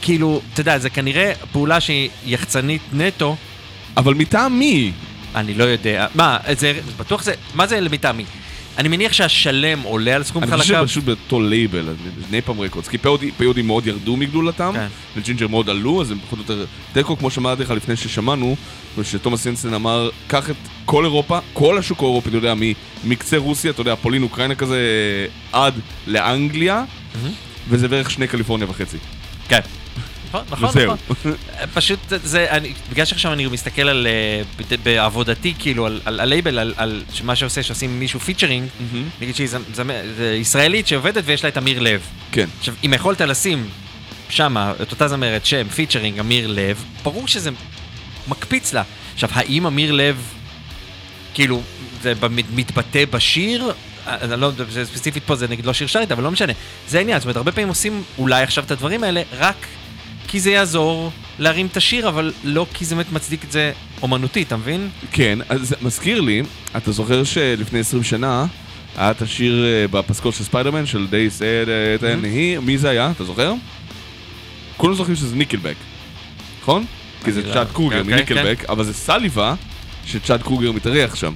כאילו, אתה יודע, זה כנראה פעולה שהיא יחצנית נטו, אבל מטעם מי? אני לא יודע. מה, זה, בטוח זה, מה זה מטעמי? אני מניח שהשלם עולה על סכום אני חלקיו. חושב פשוט באותו לייבל, נפאם רקורדס, כי פיודי מאוד ירדו מגדולתם, וג'ינג'ר מאוד עלו, אז הם פחות או יותר, דקו כמו שאמרתי לך לפני ששמענו, ושתומאס ינסן אמר, קח את כל אירופה, כל השוק האירופי, אתה יודע, מקצה רוסיה, אתה יודע, פולין, אוקראינה כזה, עד לאנגליה, וזה בערך שני קליפורניה וחצי. כן. נכון, נכון, וזהו. נכון. פשוט זה, אני, בגלל שעכשיו אני מסתכל על, uh, בעבודתי, כאילו, על, על הלייבל, על, על מה שעושה, שעושים מישהו פיצ'רינג, נגיד שהיא ישראלית שעובדת ויש לה את אמיר לב. כן. עכשיו, אם יכולת לשים שמה, את אותה זמרת שם, פיצ'רינג אמיר לב, ברור שזה מקפיץ לה. עכשיו, האם אמיר לב, כאילו, זה מתבטא בשיר? אני לא, זה ספציפית פה, זה נגיד לא שיר שרית, אבל לא משנה. זה העניין, זאת אומרת, הרבה פעמים עושים אולי עכשיו את הדברים האלה, רק כי זה יעזור להרים את השיר, אבל לא כי זה באמת מצדיק את זה אומנותי, אתה מבין? כן, אז זה מזכיר לי, אתה זוכר שלפני עשרים שנה, היה את השיר בפסקול של ספיידרמן, של They Said It and He, מי זה היה? אתה זוכר? כולם זוכרים שזה ניקלבק, נכון? כי זה צ'אד קרוגר מניקלבק, אבל זה סליבה שצ'אד קרוגר מתארח שם.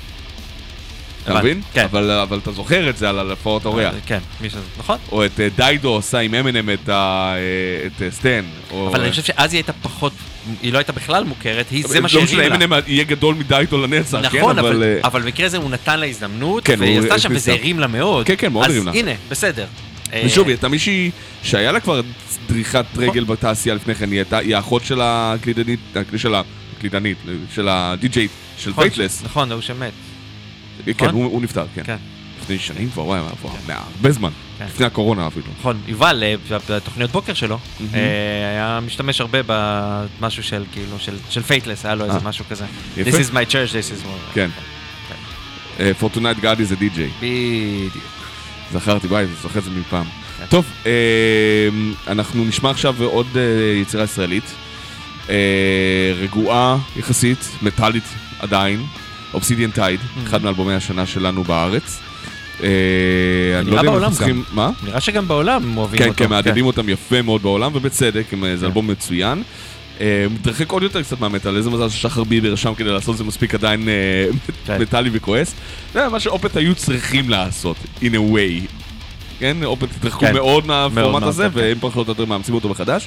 אתה מבין? כן. אבל אתה זוכר את זה על הפרעות האורח. כן, מי שזה, נכון? או את דיידו עושה עם אמנם את סטן. אבל אני חושב שאז היא הייתה פחות, היא לא הייתה בכלל מוכרת, זה מה שהרים לה. לא משנה, אמנם יהיה גדול מדיידו לנצח, כן? נכון, אבל במקרה זה הוא נתן לה הזדמנות, והיא עשתה שם וזה הרים לה מאוד. כן, כן, מאוד הרים לה. אז הנה, בסדר. ושוב, היא הייתה מישהי שהיה לה כבר דריכת רגל בתעשייה לפני כן, היא האחות של הקלידנית, של הקלידנית, של הדי-ג'יי, של פייטלס. נכון, הוא שמת. כן, הוא נפטר, כן. לפני שנים כבר, וואי, הרבה זמן. לפני הקורונה אפילו. נכון, יובל, בתוכניות בוקר שלו, היה משתמש הרבה במשהו של, כאילו, של פייטלס, היה לו איזה משהו כזה. This is my church, this is more. כן. For tonight God is a די-ג'יי. בדיוק. זכרתי, ביי, זה זוכר את זה מפעם. טוב, אנחנו נשמע עכשיו עוד יצירה ישראלית. רגועה יחסית, מטלית עדיין. Obsidian Tide, אחד מאלבומי השנה שלנו בארץ. נראה בעולם גם. מה? נראה שגם בעולם אוהבים אותו. כן, כן, מעדדים אותם יפה מאוד בעולם, ובצדק, זה אלבום מצוין. מתרחק עוד יותר קצת מהמטל, איזה מזל ששחר ביבר שם כדי לעשות זה מספיק עדיין מטלי וכועס. זה מה שאופת היו צריכים לעשות, in a way. כן, אופת התרחקו מאוד מהפורמט הזה, והם פחות או יותר מאמצים אותו מחדש.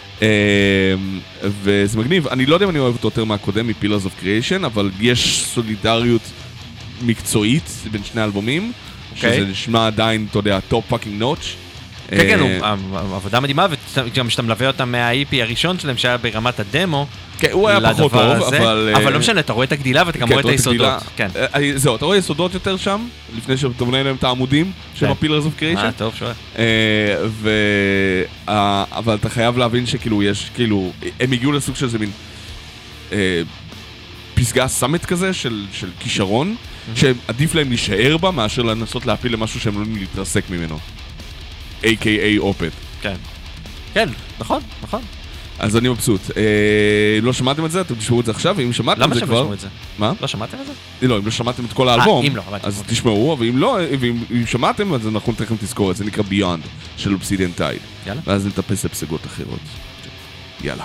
וזה מגניב, אני לא יודע אם אני אוהב אותו יותר מהקודם, מ-Pillars of Creation, אבל יש סולידריות מקצועית בין שני אלבומים, שזה נשמע עדיין, אתה יודע, top fucking notch. כן, כן, עבודה מדהימה, וגם שאתה מלווה אותם מה-איי פי הראשון שלהם, שהיה ברמת הדמו. כן, הוא היה פחות טוב, אבל... אבל לא משנה, אתה רואה את הגדילה ואתה גם רואה את היסודות. זהו, אתה רואה יסודות יותר שם, לפני שאתה מנהל להם את העמודים, שהם ה-Pillars of Creation. אה, טוב, שואל. אבל אתה חייב להבין שכאילו יש, כאילו, הם הגיעו לסוג של זה מין פסגה סמית כזה, של כישרון, שעדיף להם להישאר בה, מאשר לנסות להפיל למשהו שהם לא יכולים להתרסק ממנו. איי קיי איי אופת. כן. כן, נכון, נכון. אז אני מבסוט. לא שמעתם את זה? אתם תשמעו את זה עכשיו, ואם שמעתם את זה כבר... למה שמעו את זה? מה? לא שמעתם את זה? לא, אם לא שמעתם את כל האלבום, אם לא, אז תשמעו, ואם לא, ואם שמעתם, אז אנחנו תכף תזכור את זה, נקרא Beyond של Obsidian Tide. יאללה. ואז נטפס לפסגות אחרות. יאללה.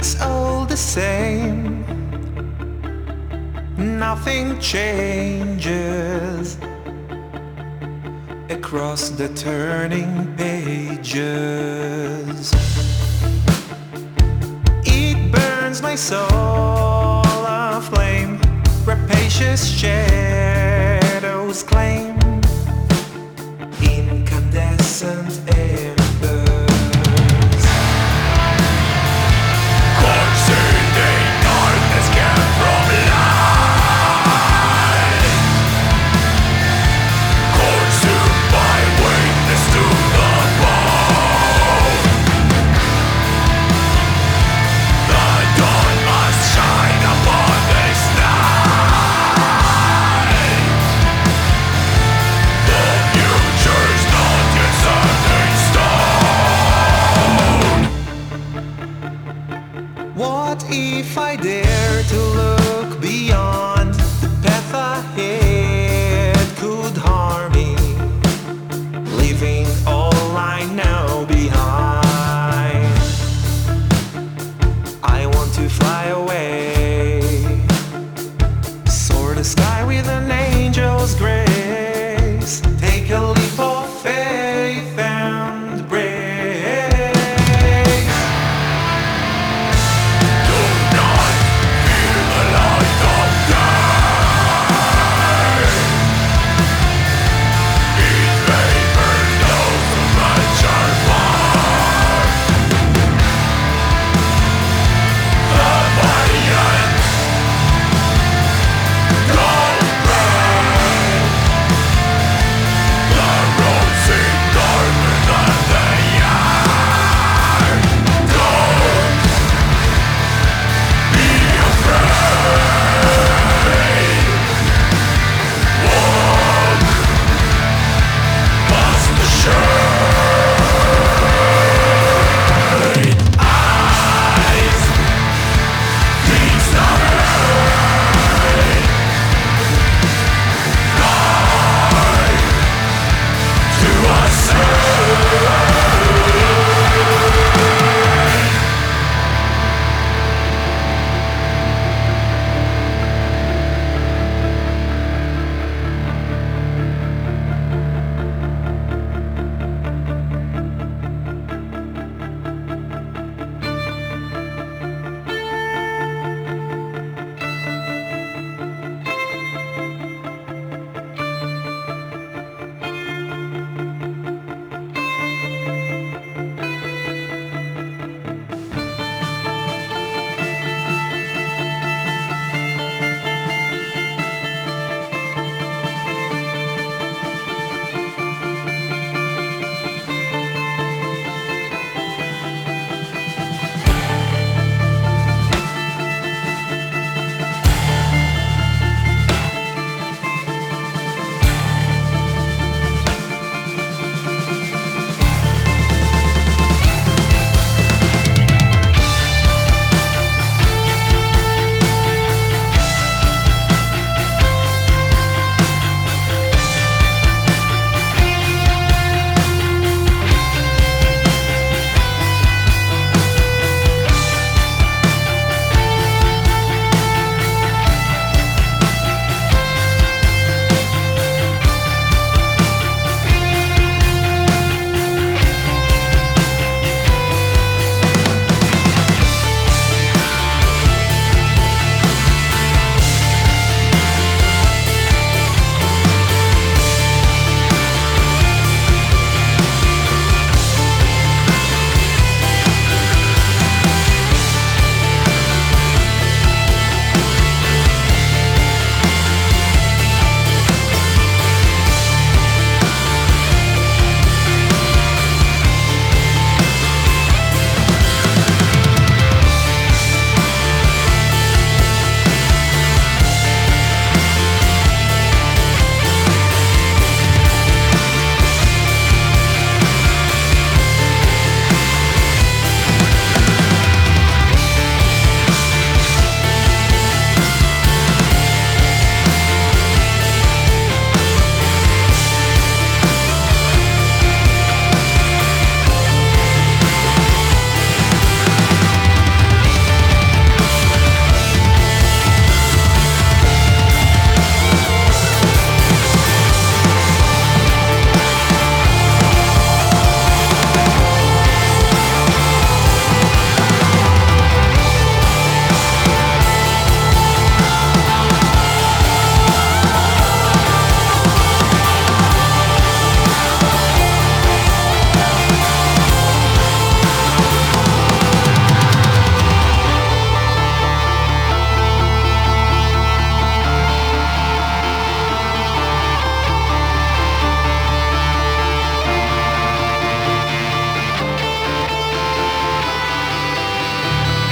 it's all the same. Nothing changes across the turning pages. It burns my soul aflame. Rapacious shadows claim incandescent embers. Consuming darkness came from light, consumed by weakness to the bone. The dawn must shine upon this night. The future's not yet set in stone. What if I dare to look beyond the path ahead could harm me, leaving all I know behind? I want to fly away, soar the sky with an angel's grace, take a leap of faith and grace. Do not fear the light of death.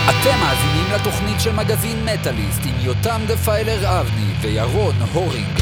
אתם מאזינים לתוכנית של מגזין מטאליסט עם יותם דפיילר אבני וירון הורינג.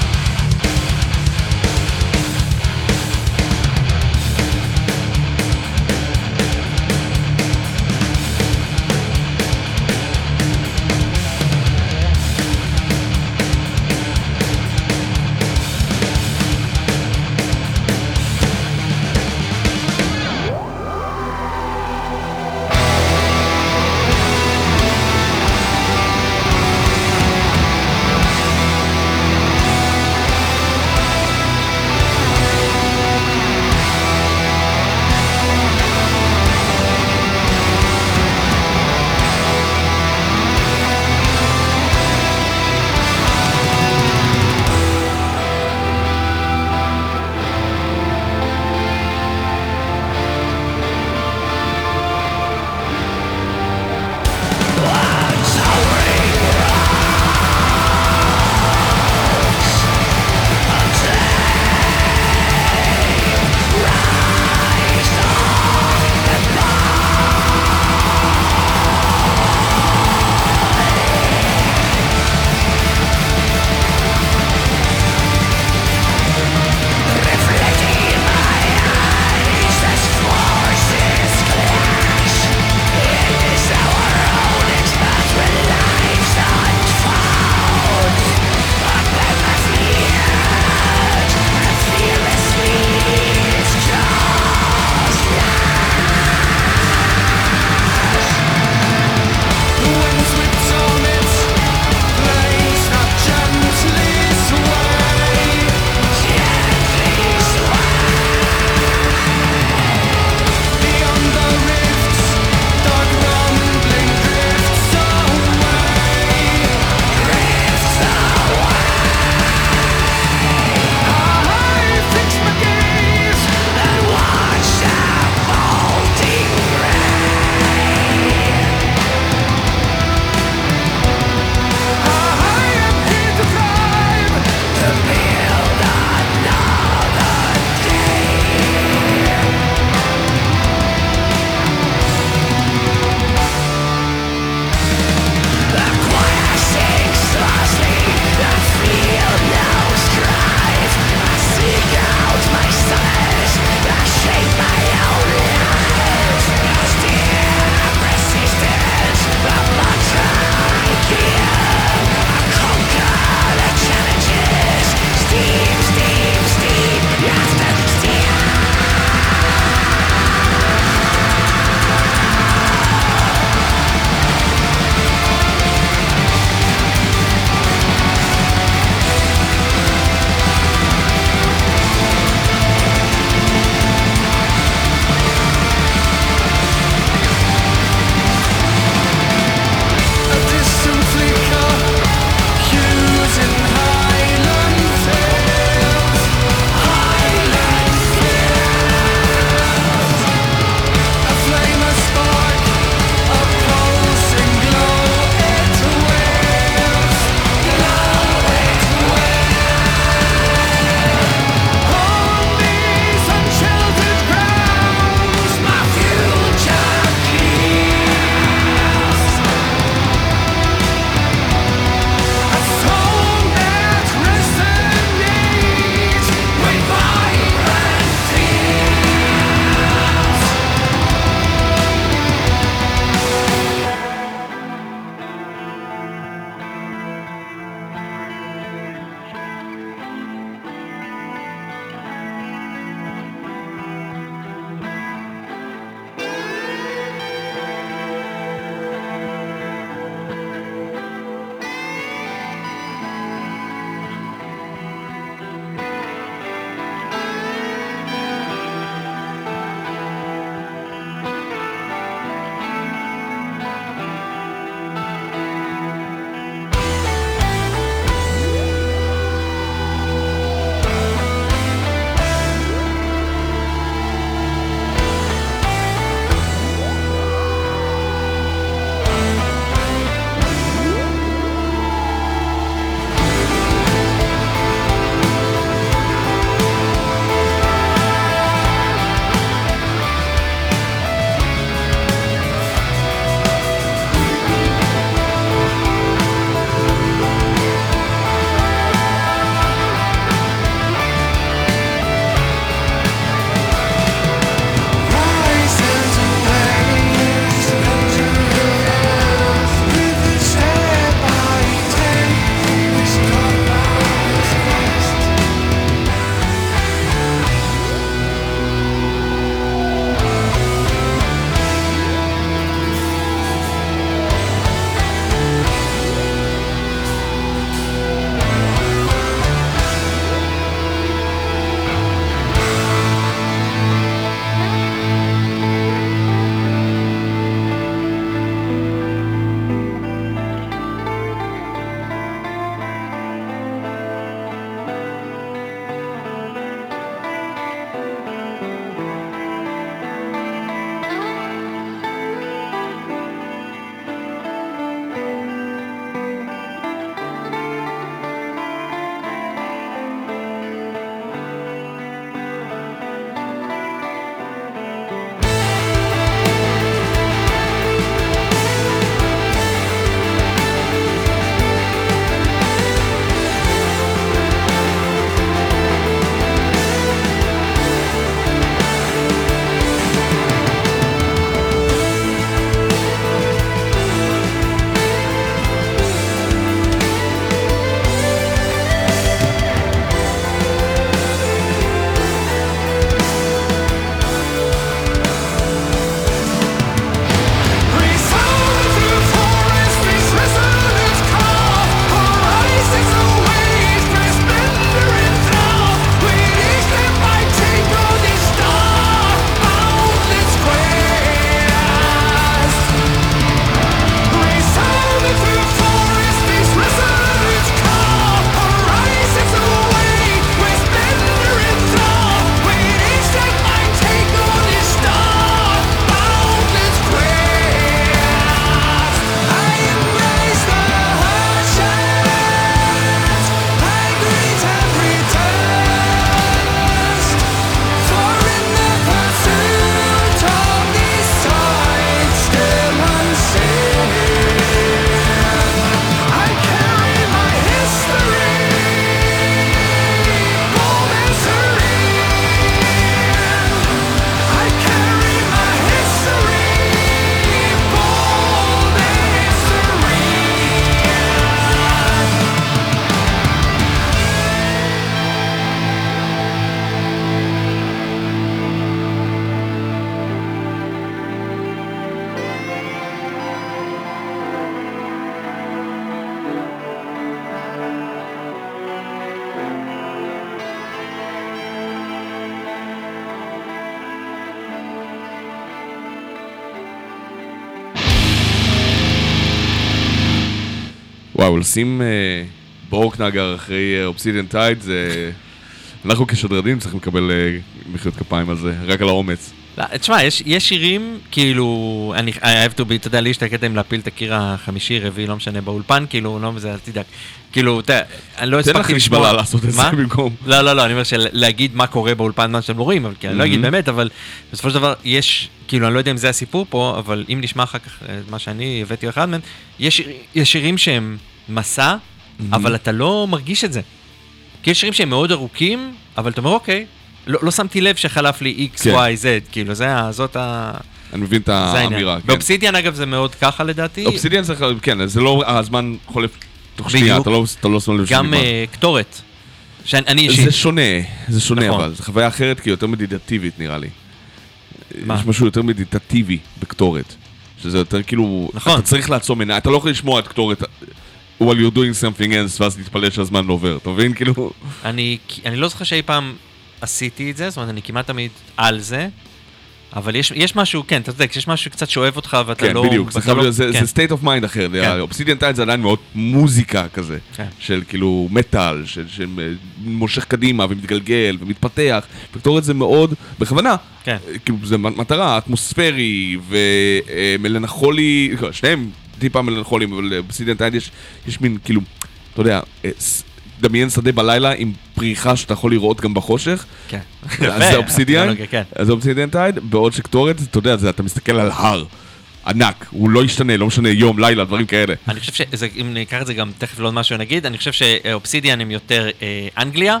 וואו, לשים בורקנגר אחרי אובסידיאן טייד, זה... אנחנו כשדרנים צריכים לקבל מחיאות כפיים על זה, רק על האומץ. תשמע, יש, יש שירים, כאילו, אני אוהב to be, אתה יודע, לי יש את הקטע עם להפיל את הקיר החמישי, רביעי, לא משנה, באולפן, כאילו, לא מזה, אל תדאג. כאילו, אתה, אני לא הספקתי לשמוע... תן לך לעשות את זה במקום. לא, לא, לא, אני אומר להגיד מה קורה באולפן, מה שאתם לא רואים, כי אני לא אגיד באמת, אבל בסופו של דבר, יש, כאילו, אני לא יודע אם זה הסיפור פה, אבל אם נשמע אחר כך מה שאני הבאתי אחד מהם, יש שירים שהם מסע, אבל אתה לא מרגיש את זה. כי יש שירים שהם מאוד ארוכים, אבל אתה אומר, אוקיי, לא, לא שמתי לב שחלף לי X, Y, Z, כאילו, זה, זאת ה... אני מבין את האמירה, כן. באובסידיאן, אגב, זה מאוד ככה, לדעתי. אובסידיאן זה, כן, זה לא, הזמן חולף תוך שנייה, אתה לא, אתה לא שם לב גם קטורת. זה שונה, זה שונה, אבל זו חוויה אחרת, כי יותר מדיטטיבית, נראה לי. יש משהו יותר מדיטטיבי בקטורת. שזה יותר כאילו, אתה צריך לעצום עיניים, אתה לא יכול לשמוע את קטורת... while you're doing something else, ואז להתפלל שהזמן לא עובר, אתה מבין? כאילו... אני, אני לא זוכר שאי פעם עשיתי את זה, זאת אומרת, אני כמעט תמיד על זה, אבל יש, יש משהו, כן, אתה יודע, יש משהו שקצת שאוהב אותך, ואתה כן, לא... כן, בדיוק, זה, לא, זה, כן. זה state of mind אחר, כן. אובסידיאן טייד זה עדיין מאוד מוזיקה כזה, כן. של כאילו מטל, של, של מושך קדימה ומתגלגל ומתפתח, וקטורת זה מאוד, בכוונה, כן. כאילו זה מטרה, אטמוספרי ומלנכולי, שניהם, טיפה מלנכולים, אבל אובסידיאן טייד יש, יש מין, כאילו, אתה יודע, דמיין שדה בלילה עם פריחה שאתה יכול לראות גם בחושך. כן. אז זה אובסידיאן, אז זה אובסידיאן טייד, בעוד שקטורת, אתה יודע, אתה מסתכל על הר ענק, הוא לא ישתנה, לא משנה יום, לילה, דברים כאלה. אני חושב שאם ניקח את זה גם תכף לעוד משהו נגיד, אני חושב שאובסידיאן הם יותר אנגליה,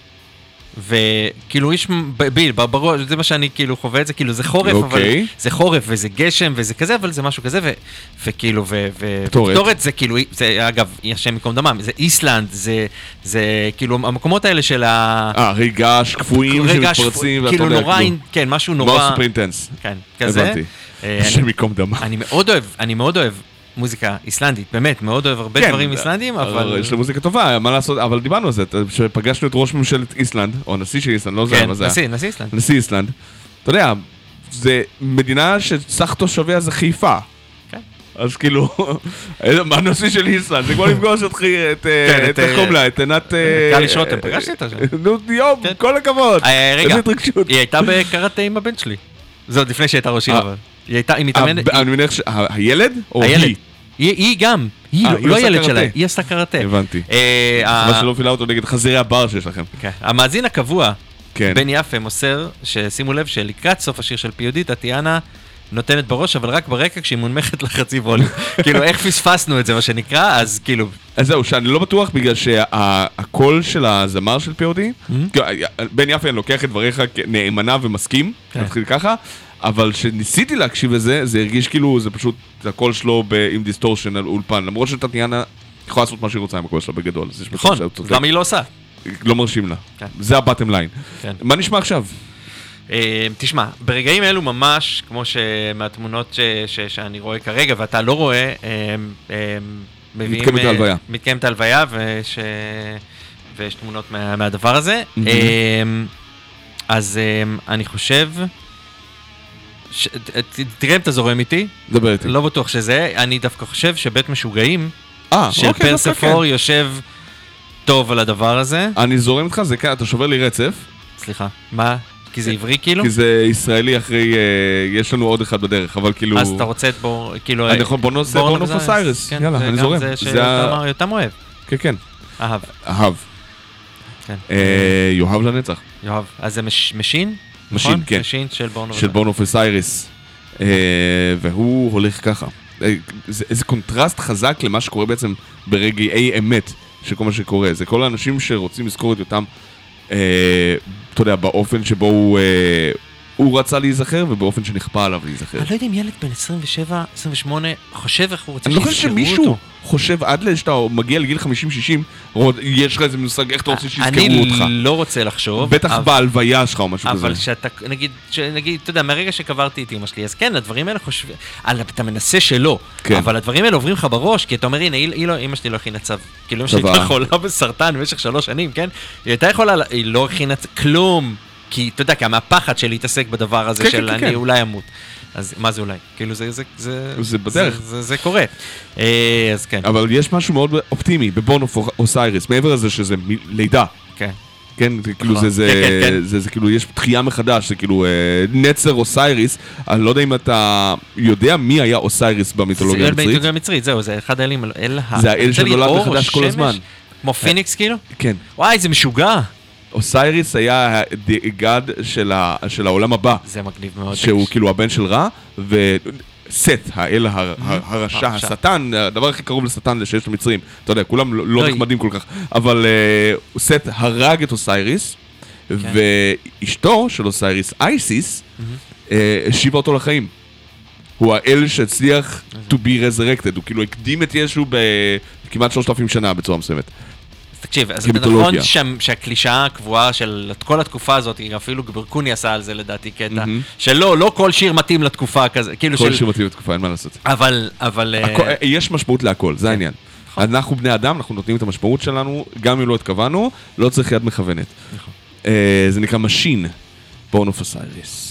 וכאילו יש ביל, בראש, זה מה שאני כאילו חווה את זה, כאילו זה חורף, אבל זה חורף וזה גשם וזה כזה, אבל זה משהו כזה, וכאילו, וקטורת זה כאילו, זה אגב, השם מקום דמם, זה איסלנד, זה כאילו המקומות האלה של ה... אה, ריגש, קפואים שמתפרצים, כאילו נורא, כן, משהו נורא... מאוד סופר אינטנס. כן, כזה. הבנתי. השם מקום דמם. אני מאוד אוהב, אני מאוד אוהב. מוזיקה איסלנדית, באמת, מאוד אוהב הרבה דברים איסלנדיים, אבל... יש לה מוזיקה טובה, מה לעשות, אבל דיברנו על זה, שפגשנו את ראש ממשלת איסלנד, או נשיא של איסלנד, לא זה, מה זה? נשיא, נשיא איסלנד. נשיא איסלנד. אתה יודע, זה מדינה שסך תושביה זה חיפה. כן. אז כאילו, מה הנשיא של איסלנד? זה כמו לפגוש את חומלה, את עינת... גלי שוטם, פגשתי אותה שם. נו, יום, כל הכבוד. רגע, היא הייתה בקראטה עם הבן שלי. זה עוד לפני שהייתה ראש עיר, אבל. היא הייתה, היא מתאמנת... אני מניח שהילד או היא? היא גם, היא לא הילד שלה, היא עשתה קראטה. הבנתי. מה שלא פילה אותו נגד חזירי הבר שיש לכם. המאזין הקבוע, בן יפה, מוסר, ששימו לב שלקראת סוף השיר של פיודי, טטיאנה נותנת בראש, אבל רק ברקע כשהיא מונמכת לחצי ווליום. כאילו, איך פספסנו את זה, מה שנקרא, אז כאילו... אז זהו, שאני לא בטוח בגלל שהקול של הזמר של פיודי, בן יפה לוקח את דבריך נאמנה ומסכים, נתחיל ככה, אבל כשניסיתי להקשיב לזה, זה הרגיש כאילו, זה פשוט, הקול שלו עם דיסטורשן על אולפן, למרות שטטיאנה יכולה לעשות מה שהיא רוצה עם הקול שלה בגדול. נכון, למה היא לא עושה? לא מרשים לה. זה הבטם ליין. מה נשמע עכשיו? תשמע, ברגעים אלו ממש, כמו שמהתמונות שאני רואה כרגע, ואתה לא רואה, מתקיימת ההלוויה. מתקיימת ההלוויה, ויש תמונות מהדבר הזה. אז אני חושב... תראה אם אתה זורם איתי, דבר איתי. לא בטוח שזה, אני דווקא חושב שבית משוגעים של פרספור יושב טוב על הדבר הזה. אני זורם איתך, זה כאן, אתה שובר לי רצף. סליחה, מה? כי זה עברי כאילו? כי זה ישראלי אחרי, יש לנו עוד אחד בדרך, אבל כאילו... אז אתה רוצה את בו, כאילו... אני יכול בונוס, בונוס אוסיירס, יאללה, אני זורם. זה שאתה אוהב. כן, כן. אהב. אהב. יאהב לנצח. יאהב. אז זה משין? משין, כן. משין של בורנו של בורנו וסייריס. והוא הולך ככה. איזה קונטרסט חזק למה שקורה בעצם ברגעי אמת של כל מה שקורה. זה כל האנשים שרוצים לזכור את אותם, אתה יודע, באופן שבו הוא... הוא רצה להיזכר, ובאופן שנכפה עליו להיזכר. אני לא יודע אם ילד בן עשרים ושבע, עשרים ושמונה, חושב איך הוא רוצה שיזכרו אותו. אני לא חושב שמישהו חושב עד שאתה מגיע לגיל חמישים שישים, יש לך איזה מושג איך אתה רוצה שיזכרו אותך. אני לא רוצה לחשוב. בטח בהלוויה שלך או משהו כזה. אבל שאתה, נגיד, נגיד, אתה יודע, מהרגע שקברתי את אמא שלי, אז כן, הדברים האלה חושבים, אתה מנסה שלא, אבל הדברים האלה עוברים לך בראש, כי אתה אומר, הנה, אמא שלי לא הכינה צו. כאילו, אמא שלי הייתה חולה בסרטן במשך שלוש שנים, כן? היא הייתה יכולה, היא לא הכינה כלום. כי אתה יודע, כי מהפחד של להתעסק בדבר הזה של אני אולי אמות. אז מה זה אולי? כאילו זה, זה, זה, זה בדרך. זה, זה, זה קורה. אה, אז כן. אבל יש משהו מאוד אופטימי בבון אוף אוסייריס, מעבר לזה שזה לידה. כן. כן, זה כאילו זה, זה, כן, כן, כן. זה, זה כאילו, יש תחייה מחדש, זה כאילו נצר אוסייריס, אני לא יודע אם אתה יודע מי היה אוסייריס במיתולוגיה זה המצרית. במיתולוגיה המצרית, זהו, זה אחד האלים, אל ה... זה האל שנולד מחדש כל הזמן. כמו פיניקס כאילו? כן. וואי, זה משוגע. אוסייריס היה הגד של, ה, של העולם הבא, זה מגניב מאוד. שהוא כאילו הבן של רע, וסט, האל הר, הר, הרשע, הרשע. השטן, הדבר הכי קרוב לשטן שיש למצרים, אתה יודע, כולם לא, לא לא, נחמדים כל כך, אבל uh, סט הרג את אוסייריס, כן. ואשתו של אוסייריס, אייסיס, uh, השיבה אותו לחיים. הוא האל שהצליח to be resurrected, הוא כאילו הקדים את ישו בכמעט שלושת אלפים שנה בצורה מסוימת. תקשיב, אז זה נכון שהקלישאה הקבועה של כל התקופה הזאת, אפילו ברקוני עשה על זה לדעתי קטע, שלא, לא כל שיר מתאים לתקופה כזה, כאילו של... כל שיר מתאים לתקופה, אין מה לעשות. אבל, אבל... יש משמעות להכל, זה העניין. אנחנו בני אדם, אנחנו נותנים את המשמעות שלנו, גם אם לא התכוונו, לא צריך יד מכוונת. זה נקרא משין, בורן אוף אוסייריס.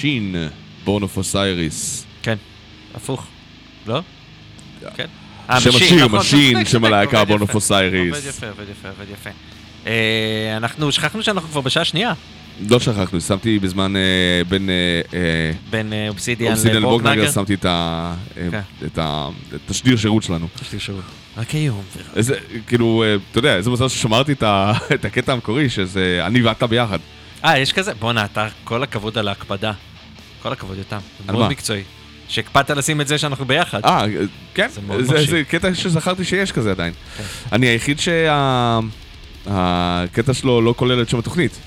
Machine, Born of Osiris. כן, הפוך. לא? כן. שם השיר, משין, צודק, שם צודק, הלהקה עובד Born of יפה. Osiris. עובד יפה, עובד יפה, עובד יפה. אה, אנחנו שכחנו שאנחנו כבר בשעה שנייה, לא שכחנו, שמתי בזמן אה, בין אה, אה, בין אה, אובסידיאן אובסידיאן לברוקנגר. לברוקנגר, שמתי את ה- אה, כן. את ה- את תשדיר שירות שלנו. יש לי שירות. רק היום. איזה, כאילו, אה, אתה יודע, איזה מזל ששמרתי את ה- את הקטע המקורי, שזה אני ואתה ביחד. אה, יש כזה? בואנה, אתה, כל הכבוד על ההקפדה. כל הכבוד, יותם. זה על מאוד מה? מקצועי. שהקפדת לשים את זה שאנחנו ביחד. אה, כן, זה מאוד זה, מרשים. זה קטע שזכרתי שיש כזה עדיין. אני היחיד שהקטע שלו לא כולל את שם התוכנית.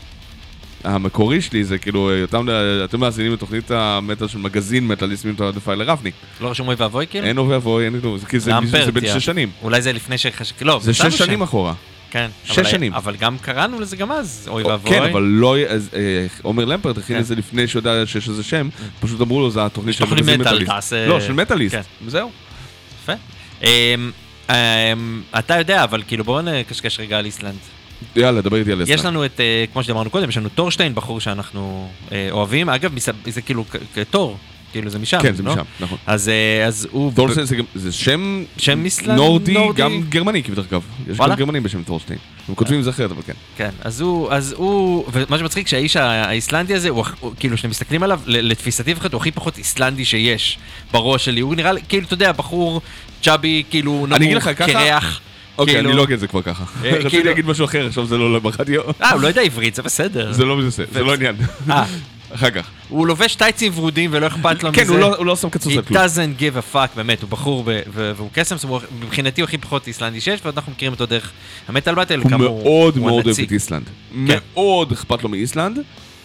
המקורי שלי זה כאילו, אותם, אתם מאזינים לתוכנית המטל של מגזין מטליסטים את פיילר אבני. לא רשום אוי ואבוי כאילו? אין אובי אבוי, אין כלום, כי זה לאמפרט, זה בין יא. שש שנים. אולי זה לפני שחש... לא, זה שמנו שש שנים שם. אחורה. כן. שש אבל- שנים. אבל גם קראנו לזה גם אז, אוי או- ואבוי. כן, אבל לא, אז, אה, עומר למפרט הכין כן. את זה לפני שיודע שיש איזה שם, פשוט אמרו לו, זה התוכנית של תוכנית מגזין מטאל, מטאליסט. תעשה- לא, של מטאליסט. כן. זהו. יפה. אמ, אמ, אתה יודע, אבל כאילו בואו נקשקש רגע על איסלנד. יאללה, דבר איתי על איסלנד. יש לנו את, אה, כמו שדיברנו קודם, יש לנו טורשטיין, בחור שאנחנו אה, אוהבים. אגב, מס- זה כאילו כ- כתור, כאילו זה משם. כן, זה לא? משם, נכון. אז אה, אז הוא... טורשטיין זה גם- זה שם שם איסלנד? נורדי, נורדי? גם גרמני כבדרך אגב. יש וואלה? גם גרמנים בשם טורשטיין. הם כותבים את זה אחרת, אבל כן. כן, אז הוא, אז הוא, ומה שמצחיק שהאיש האיסלנדי הזה, הוא, הכ- הוא כאילו, כשאתם מסתכלים עליו, ל- לתפיסתי לפחות, הוא הכי פחות איסלנדי שיש בראש שלי. הוא נראה לי, כאילו, אתה יודע, בחור צ'אבי, כאילו, אני אגיד נמוך, לך ככה- קרח. אוקיי, כאילו- אני לא אגיד את זה כבר ככה. אה, רציתי כאילו- להגיד משהו אחר, עכשיו זה לא עולה ברדיו. אה, הוא לא יודע עברית, זה בסדר. זה לא זה, זה לא עניין. אה, אחר כך. הוא לובש טייצים ורודים ולא אכפת לו מזה. כן, הוא לא- הוא לא שם קצוץ על He כלום. doesn't give a fuck, באמת, הוא בחור ב- ו- והוא קסם, זאת אומרת, מבחינתי הוא הכי פחות איסלנדי שיש, ואנחנו מכירים אותו דרך המטל באטל, הוא כאמור, מאוד מאוד אוהב הנציג. את איסלנד. מאוד אכפת לו מאיסלנד.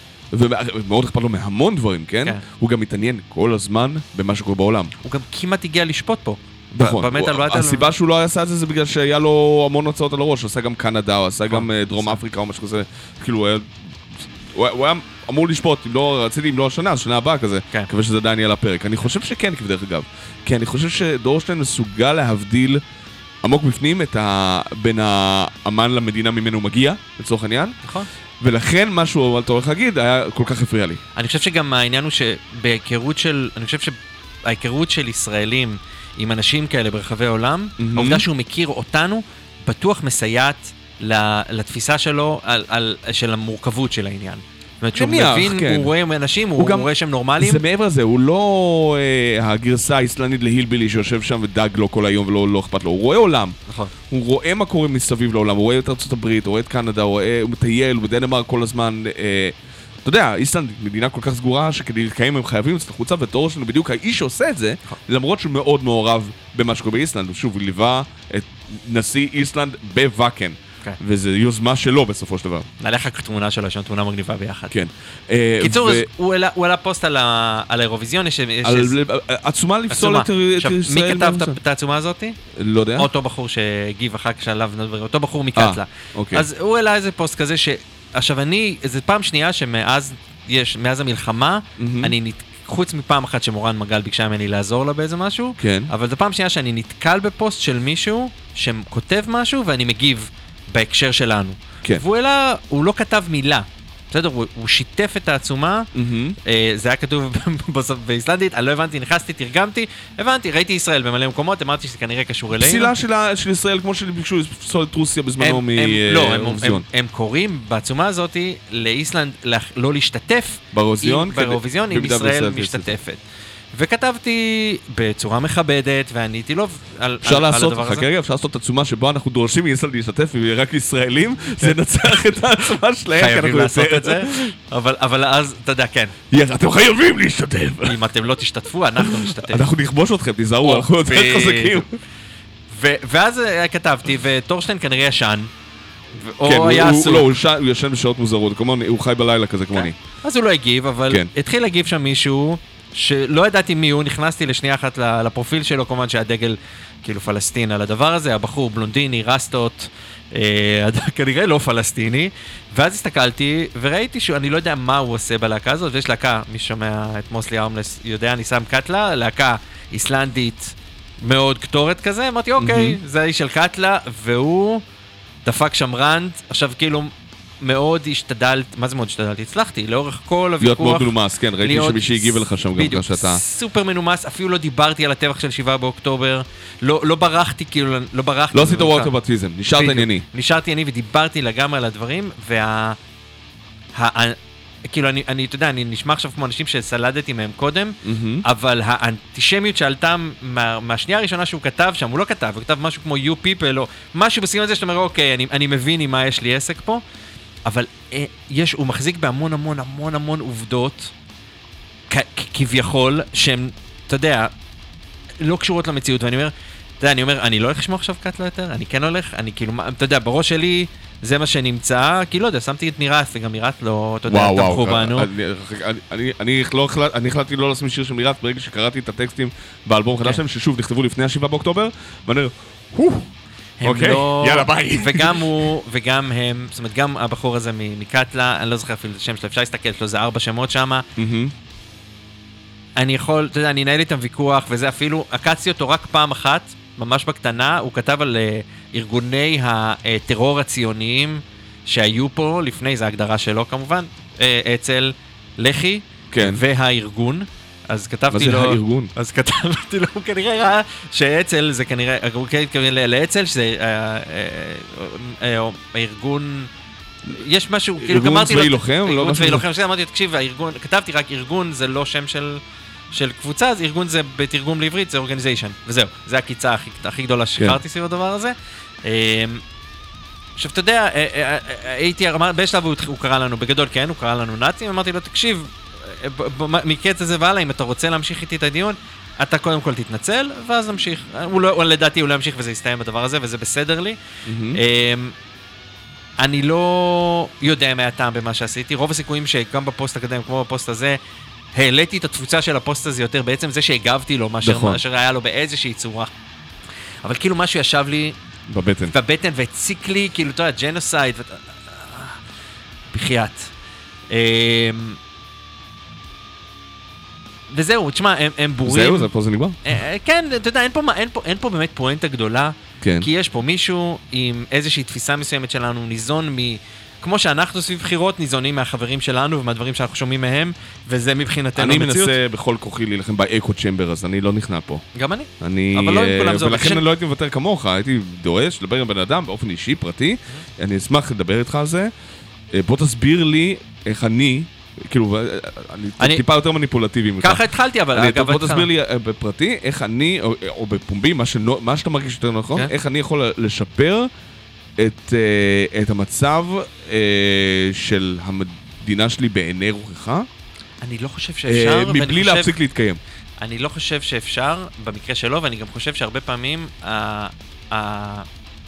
ומאוד אכפת לו מהמון דברים, כן? כן. הוא גם מתעניין כל הזמן במה שקורה בעולם. הוא גם כמעט הגיע לשפוט פה. ב- נכון. במטל הוא- באטל. הסיבה שהוא לא עשה את זה זה בגלל שהיה לו המון הוצאות על הראש. הוא עשה גם קנדה, הוא עשה גם אה, דרום נכון. אפריקה או משהו כזה. כאילו, הוא היה- הוא היה- הוא היה אמור לשפוט, אם לא רציתי, אם לא השנה, אז שנה הבאה כזה. כן. מקווה שזה עדיין יהיה על הפרק. אני חושב שכן, כבדרך אגב. כי אני חושב שדורשטיין מסוגל להבדיל עמוק בפנים את ה... בין האמן למדינה ממנו הוא מגיע, לצורך העניין. נכון. ולכן מה שהוא, אתה הולך להגיד, היה כל כך הפריע לי. אני חושב שגם העניין הוא שבהיכרות של, אני חושב שההיכרות של ישראלים עם אנשים כאלה ברחבי העולם, מהמם. העובדה שהוא מכיר אותנו, בטוח מסייעת ל- לתפיסה שלו על, על, של המורכבות של העניין. זאת אומרת, שהוא נניח, מבין, כן. הוא רואה אנשים, הוא, הוא גם- רואה שהם נורמליים. זה מעבר לזה, הוא לא אה, הגרסה האיסלנדית להילבילי שיושב שם ודג לו כל היום ולא לא אכפת לו, הוא רואה עולם. נכון. הוא רואה מה קורה מסביב לעולם, הוא רואה את ארצות הברית, הוא רואה את קנדה, הוא, רואה, הוא מטייל, הוא בדנמרק כל הזמן. אה, אתה יודע, איסלנד היא מדינה כל כך סגורה שכדי להתקיים הם חייבים לצאת החוצה, ותור שלנו בדיוק האיש שעושה את זה, למרות שהוא מאוד מעורב במה שקורה באיסלנד. שוב, הוא ליווה את נשיא איסלנד בוואקן, כן. וזו יוזמה שלו בסופו של דבר. נעלה לך תמונה שלו, יש לנו תמונה מגניבה ביחד. כן. אה, קיצור, ו- אז הוא העלה- הוא העלה פוסט על ה- על האירוויזיון, יש יש על- איזה עצומה לפסול עצומה. את את עכשיו, מי ישראל. כתב את- באירוויזיון. את העצומה הזאת? לא יודע. אותו בחור שהגיב אחר כך שעליו נדבר, אותו בחור מקטלה. אוקיי. אז הוא העלה איזה פוסט כזה ש... עכשיו אני, זו פעם שנייה שמאז יש, מאז המלחמה, מהמם. אני נת... חוץ מפעם אחת שמורן מגל ביקשה ממני לעזור לה באיזה משהו, כן. אבל זו פעם שנייה שאני נתקל בפוסט של מישהו שכותב משהו ואני מגיב בהקשר שלנו. כן. והוא העלה, הוא לא כתב מילה. בסדר, הוא, הוא שיתף את העצומה, מהמם. אה, זה היה כתוב בסוף באיסלנדית, אני לא הבנתי, נכנסתי, תרגמתי, הבנתי, ראיתי ישראל במלא מקומות, אמרתי שזה כנראה קשור אלינו. פסילה של ה- של ישראל כמו שביקשו לפסול את רוסיה בזמנו הם, הם, לא, הם, הם, מאירוויזיון. הם קוראים בעצומה הזאת לאיסלנד לח- לא להשתתף באירוויזיון, עם- כדי- באירוויזיון אם במידה ישראל וישראל תרצה. משתתפת. וכתבתי בצורה מכבדת ועניתי לו על, אפשר על, על לעשות, הדבר הזה. חכה רגע, אפשר לעשות עצומה שבה אנחנו דורשים מאיסלנד להשתתף ורק ישראלים, זה נצח את העצומה שלהם, כי חייבים אנחנו לעשות יותר- את זה, אבל, אבל אז, אתה יודע, כן, יאללה, אתם חייבים להשתתף. אם אתם לא תשתתפו, אנחנו נשתתף. אנחנו נכבוש אתכם, תיזהרו, או, אנחנו יותר בדיוק. חזקים. ו- ואז אה, כתבתי, וטורשטיין כנראה ישן, ו- או כן, הוא- היה הוא- עסוק. לא, הוא ישן- הוא ישן בשעות מוזרות, כמוני, הוא חי בלילה כזה כמוני. אז הוא לא הגיב, אבל כן. התחיל להגיב שם מישהו שלא ידעתי מי הוא, נכנסתי לשנייה אחת ל- לפרופיל שלו, כמובן שהדגל כאילו פלסטין על הדבר הזה, הבחור בלונדיני, רסטות, אה, כנראה לא פלסטיני, ואז הסתכלתי וראיתי שאני לא יודע מה הוא עושה בלהקה הזאת, ויש להקה, מי שומע את מוסלי ארמלס יודע, אני שם קטלה, להקה איסלנדית מאוד קטורת כזה, אמרתי אוקיי, זה האיש של קטלה, והוא דפק שם רנט, עכשיו כאילו, מאוד השתדלת, מה זה מאוד השתדלתי? הצלחתי, לאורך כל הוויכוח. להיות מאוד מנומס, כן, ראיתי שמישהי הגיב לך שם גם בדיוק, שאתה... סופר מנומס, אפילו לא דיברתי על הטבח של שבעה באוקטובר, לא, לא ברחתי, כאילו, לא ברחתי. לא עשית וואטאבטיזם, נשארת ענייני. נשארתי ענייני ודיברתי לגמרי על הדברים, וה... ה... כאילו, אני, אני, אתה יודע, אני נשמע עכשיו כמו אנשים שסלדתי מהם קודם, מהמם. אבל האנטישמיות שעלתה מה, מהשנייה הראשונה שהוא כתב שם, הוא לא כתב, הוא כתב משהו כמו you people, או משהו בסגנון הזה שאתה אומר, אוקיי, אני, אני מבין עם מה יש לי עסק פה, אבל אה, יש, הוא מחזיק בהמון המון המון המון עובדות, כ- כ- כביכול, שהן, אתה יודע, לא קשורות למציאות, ואני אומר, אתה יודע, אני אומר, אני לא הולך לשמוע עכשיו קאט לא יותר, אני כן הולך, אני כאילו, מה- אתה יודע, בראש שלי, זה מה שנמצא, כי לא יודע, שמתי את מירת, וגם מירת לא, אתה יודע, וואו, תמכו וואו, בנו. אני- אני- אני- אני לא החלט- אני החלטתי לא לשים שיר של מירת ברגע שקראתי את הטקסטים באלבום החדש שלהם, ששוב נכתבו לפני השבעה באוקטובר, ואני אומר, הו, הם אוקיי, לא... יאללה, ביי. וגם הוא, וגם הם, זאת אומרת, גם הבחור הזה מ- מקטלה, אני לא זוכר אפילו את השם שלו, אפשר להסתכל, יש לו איזה ארבע שמות שם. מהמם. אני יכול, אתה יודע, אני אנהל איתם ויכוח, וזה אפילו, עקצתי אותו רק פעם אחת, ממש בקטנה, הוא כתב על uh, ארגוני הטרור הציוניים שהיו פה, לפני, זו ההגדרה שלו כמובן, uh, אצל לח"י, כן. והארגון. אז כתבתי מה זה לו... הארגון? אז כתבתי לו, הוא כנראה ראה שאצל זה כנראה, הוא כנראה לאצל, שזה אה, אה, אה, אה, הארגון... יש משהו, כאילו, ארגון אמרתי לו- צבאי לוחם? לא ארגון משהו צבאי כזה. לוחם, שזה אמרתי, תקשיב, הארגון, כתבתי רק ארגון, זה לא שם של... של קבוצה, אז ארגון זה בתרגום לעברית, זה אורגניזיישן, וזהו, זה הקיצה הכי, הכי גדולה ששחררתי סביב הדבר הזה. אה, עכשיו, אתה יודע, אה, אה, אה, הייתי, אמר- בשלב הוא, הוא קרא לנו, בגדול כן, הוא קרא לנו נאצים, אמרתי לו, תקשיב, אה, ב- ב- מקץ הזה והלאה, אם אתה רוצה להמשיך איתי את הדיון, אתה קודם כל תתנצל, ואז נמשיך. הוא לא, לדעתי הוא לא ימשיך וזה יסתיים בדבר הזה, וזה בסדר לי. מהמם. אה, אני לא יודע מה הטעם במה שעשיתי, רוב הסיכויים שגם בפוסט הקודם, כמו בפוסט הזה, העליתי את התפוצה של הפוסט הזה יותר, בעצם זה שהגבתי לו, מאשר נכון. מאשר היה לו באיזושהי צורה. אבל כאילו משהו ישב לי בבטן. בבטן והציק לי, כאילו, אתה יודע, ג'נוסייד, ואת- בחייאת. אמ, וזהו, תשמע, הם, הם בורים. זהו, זה פה זה נגמר? אה, אה, כן, אתה יודע, אין פה, מה- אין פה, אין פה באמת פואנטה גדולה, כן. כי יש פה מישהו עם איזושהי תפיסה מסוימת שלנו, ניזון מ... כמו שאנחנו סביב בחירות ניזונים מהחברים שלנו ומהדברים שאנחנו שומעים מהם, וזה מבחינתנו אני המציאות. מנסה בכל כוחי להילחם באקו צ'מבר, אז אני לא נכנע פה. גם אני. אני... אבל לא עם כולם זה עובד. ולכן כש- אני לא הייתי מוותר כמוך, הייתי דורש לדבר עם בן אדם באופן אישי, פרטי. אני אשמח לדבר איתך על זה. אה, בוא תסביר לי איך אני, כאילו, אה, אני- אני טיפה יותר מניפולטיבי ממך. ככה התחלתי, אבל... אני- אגב, בוא התחלנו. תסביר לי אה, בפרטי, איך אני, או- או בפומבי, מה שנו- מה שאתה מרגיש יותר נכון, כן. איך אני יכול לשפר את, אה, את המצב אה, של המדינה שלי בעיני רוחך, אני לא חושב אה, שאפשר, ואני מבלי חושב- להפסיק להתקיים. אני לא חושב שאפשר, במקרה שלו, ואני גם חושב שהרבה פעמים, ה- ה-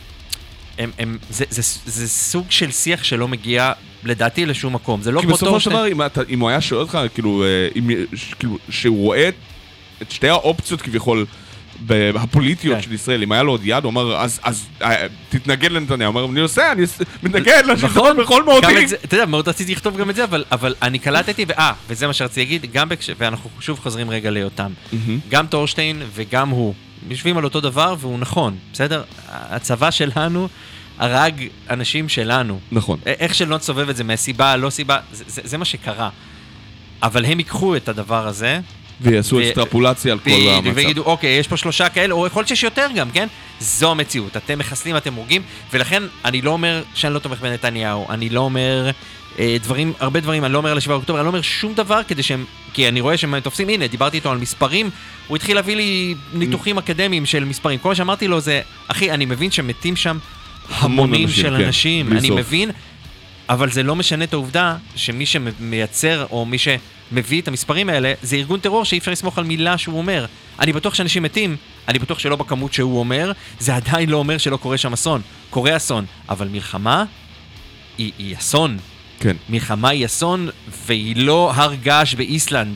הם, הם, זה, זה, זה סוג של שיח שלא מגיע, לדעתי, לשום מקום. זה לא כי כמו בסופו של תור דבר, אם אתה- אם הוא היה שואל אותך, כאילו, אה, אם- ש- כאילו, שהוא רואה את- את שתי האופציות כביכול, ב- הפוליטיות כן. של ישראל, אם היה לו עוד יד, הוא אמר, אז אז, אה, תתנגד לנתניהו. הוא אומר, אני עושה, אני עושה- מתנגד לשלטון בכל נכון. גם מאודי. את זה, אתה יודע, מאוד רציתי לכתוב גם את זה, אבל, אבל אני קלטתי, ואה, וזה מה שרציתי להגיד, גם בקש... ואנחנו שוב חוזרים רגע ליותם. מהמם. גם טורשטיין וגם הוא, יושבים על אותו דבר, והוא נכון, בסדר? הצבא שלנו הרג אנשים שלנו. נכון. א- איך שלא נסובב את זה, מהסיבה, לא סיבה, זה, זה, זה מה שקרה. אבל הם ייקחו את הדבר הזה, ויעשו ו- אקסטרפולציה על כל בדיוק, המצב. ויגידו, אוקיי, יש פה שלושה כאלה, או יכול להיות שיש יותר גם, כן? זו המציאות, אתם מחסלים, אתם הורגים, ולכן אני לא אומר שאני לא תומך בנתניהו, אני לא אומר אה, דברים, הרבה דברים, אני לא אומר על שבעה באוקטובר, אני לא אומר שום דבר כדי שהם, כי אני רואה שהם תופסים, הנה, דיברתי איתו על מספרים, הוא התחיל להביא לי ניתוחים אקדמיים של מספרים, כל מה שאמרתי לו זה, אחי, אני מבין שמתים שם המונים אנשים, של כן, אנשים, בלי אני סוף. מבין, אבל זה לא משנה את העובדה שמי שמייצר או מי שמביא את המספרים האלה זה ארגון טרור שאי אפשר לסמוך על מילה שהוא אומר. אני בטוח שאנשים מתים, אני בטוח שלא בכמות שהוא אומר, זה עדיין לא אומר שלא קורה שם אסון. קורה אסון, אבל מלחמה היא, היא אסון. כן. מלחמה היא אסון והיא לא הר געש באיסלנד.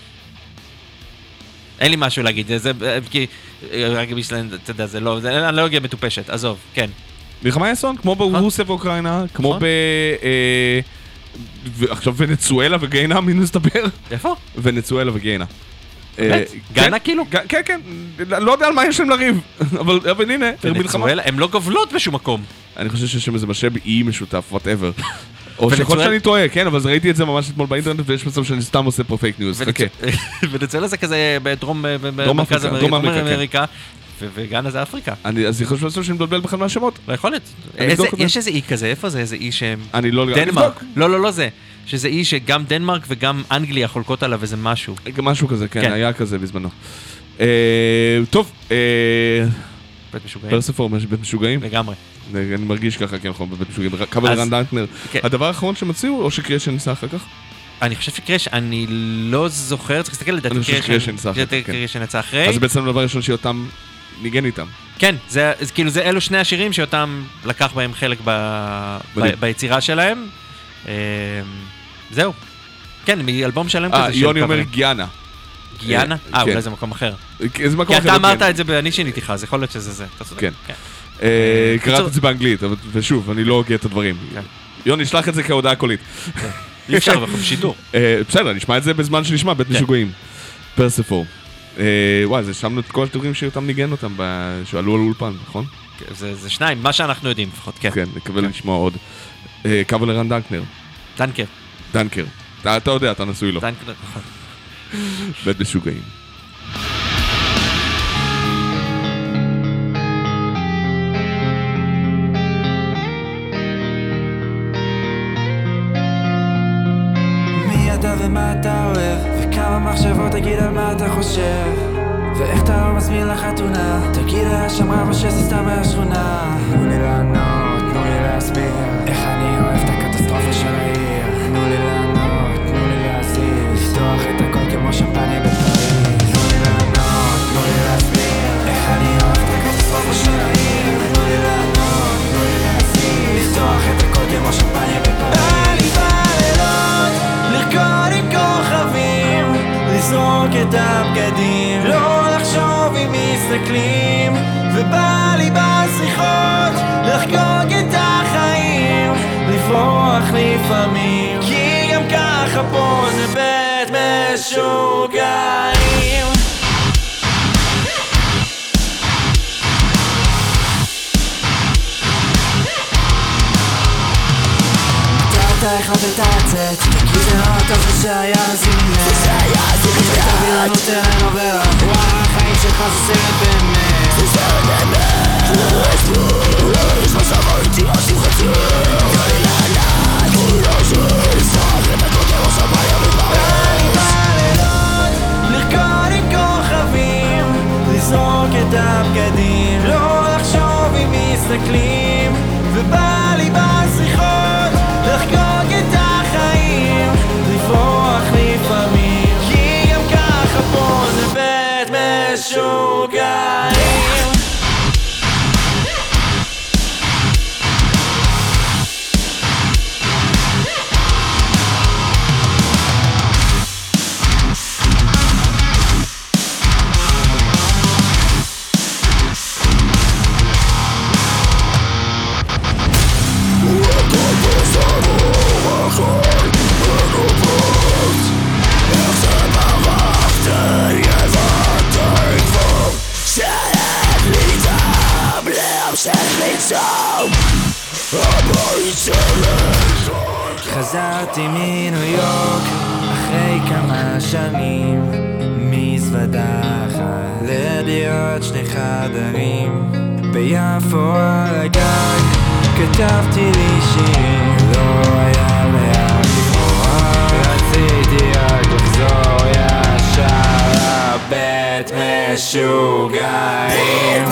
אין לי משהו להגיד, זה, זה כי רק באיסלנד, אתה יודע, זה לא, זה אנלוגיה מטופשת, עזוב, כן. מלחמה היא אסון, כמו ברוסיה ואוקראינה, כמו נכון. ב... אה, ו- עכשיו ונצואלה וגיינה, מי נסתבר? איפה? ונצואלה וגיינה. באמת? אה, גאנה כן, כאילו? ג- כן, כן, לא יודע על מה יש להם לריב, אבל אבל הנה, מלחמה. ונצואלה, הם לא גובלות בשום מקום. אני חושב שיש שם איזה משאב אי משותף, whatever. או שיכול ונצואלה- שאני טועה, כן, אבל ראיתי את זה ממש אתמול באינטרנט, ויש מצב שאני סתם עושה פה פייק ניוז. חכה. ונצואלה זה כזה בדרום דרום במרכז אפריקה, דרום אמריקה, אמריקה, ו- וגאנה זה אפריקה. אני- אז יכול להיות שאני מדבר בכלל מהשמות. לא יכול להיות. אני איזה- אבדוק את זה. יש איזה אי כזה, איפה זה? איזה אי שהם... אני לא... אני דנמרק. אבדוק. לא, לא, לא זה. שזה אי שגם דנמרק וגם אנגליה חולקות עליו איזה משהו. גם משהו כזה, כן, כן. היה כזה בזמנו. אה, טוב, אה, בית משוגעים. פרספורם יש בית משוגעים. לגמרי. אני מרגיש ככה, כן, נכון, בבית משוגעים. קאבר אז- רן דנקנר. כן. הדבר האחרון שהם הציעו, או שקריאשן ניסה אחר כך? אני חושב שקרש, אני לא זוכר, צריך להסתכל לדעתי אני חושב שקריאשן ניסה אחר כך, לדעתי כן. קרשן יצא אחרי. אז זה בעצם הדבר הראשון שיותם ניגן איתם. כן, זה, זה כאילו זה אלו שני השירים שאותם לקח בהם חלק ב, ב, מדהים. ביצירה שלהם. אה, זהו. כן, מאלבום שלם אה, כזה של יוני אומר קאברים. גיאנה. גיאנה? אה, אה, כן. אולי זה מקום אחר. איזה מקום כי אחר אתה לא אמרת גיאנה. את זה, ואני שיניתי לך, אז יכול להיות שזה זה. אתה צודק. כן. אה, קיצור- קראתי את זה באנגלית, אבל- ושוב, אני לא הוגה את הדברים. כן. יוני, שלח את זה כהודעה קולית. אי אפשר, אנחנו בשידור. אה, בסדר, נשמע את זה בזמן שנשמע, בית כן. משוגעים. פרספור. אה, וואי, זה שמנו את כל השידורים שאותם ניגן אותם, ב- שעלו על אולפן, נכון? זה זה שניים, מה שאנחנו יודעים לפחות, כן. כן, נקבל לשמוע עוד. אה, קאבר לרן דנקנר. דנקר. דנקר. אתה אתה יודע, אתה נשוי לו. דנקר, נכון. בית משוגעים. מי אתה ומה אתה אוהב, וכמה מחשבות תגיד על מה אתה חושב, ואיך אתה לא מזמין לחתונה, תגיד היה שם רב או שזה סתם מהשכונה. תנו לי לענות, תנו לי להסביר איך אני אוהב את הקטסטרופה של העיר. תנו לי לענות, תנו לי להזיז, לפתוח את הכל כמו שמפניה בפריז. תנו לי לענות, תנו לי להסביר איך אני אוהב את הקטסטרופה של העיר. תנו לי לענות, תנו לי להזיז, לפתוח את הכל כמו שמפניה בפריז. בא לי בלילות לרקוד עם כוכבים, לזרוק את הבגדים, לא לחשוב אם מסתכלים, ובא לי בשיחות לחגוג את החיים, לברוח לפעמים, כי גם ככה פה זה בית משוגעים. אתה החלטת לצאת, כי זה לא הכל זה שהיה זימנה, זה שהיה זימנה, תביא לנו טלנובלה, וואלה החיים שלך זה סרט באמת, זה סרט באמת, יש מצב הייתי עושים חצי, תראי לענת, כולו שסרח את הכל כמו שבעיה ובעיה. בלילות לרקוד עם כוכבים, לזרוק את הבגדים, לא לחשוב אם מסתכלים, ובא לי בשיחות לחגוג את החיים, לברוח לפעמים, כי גם ככה פה זה בית משוגעים. חזרתי מניו יורק אחרי כמה שנים, מזוודה אחת לדירות שני חדרים, ביפו על הגג כתבתי לי שירים, לא היה לאן לברוח, רציתי רק לחזור ישר לבית משוגעים.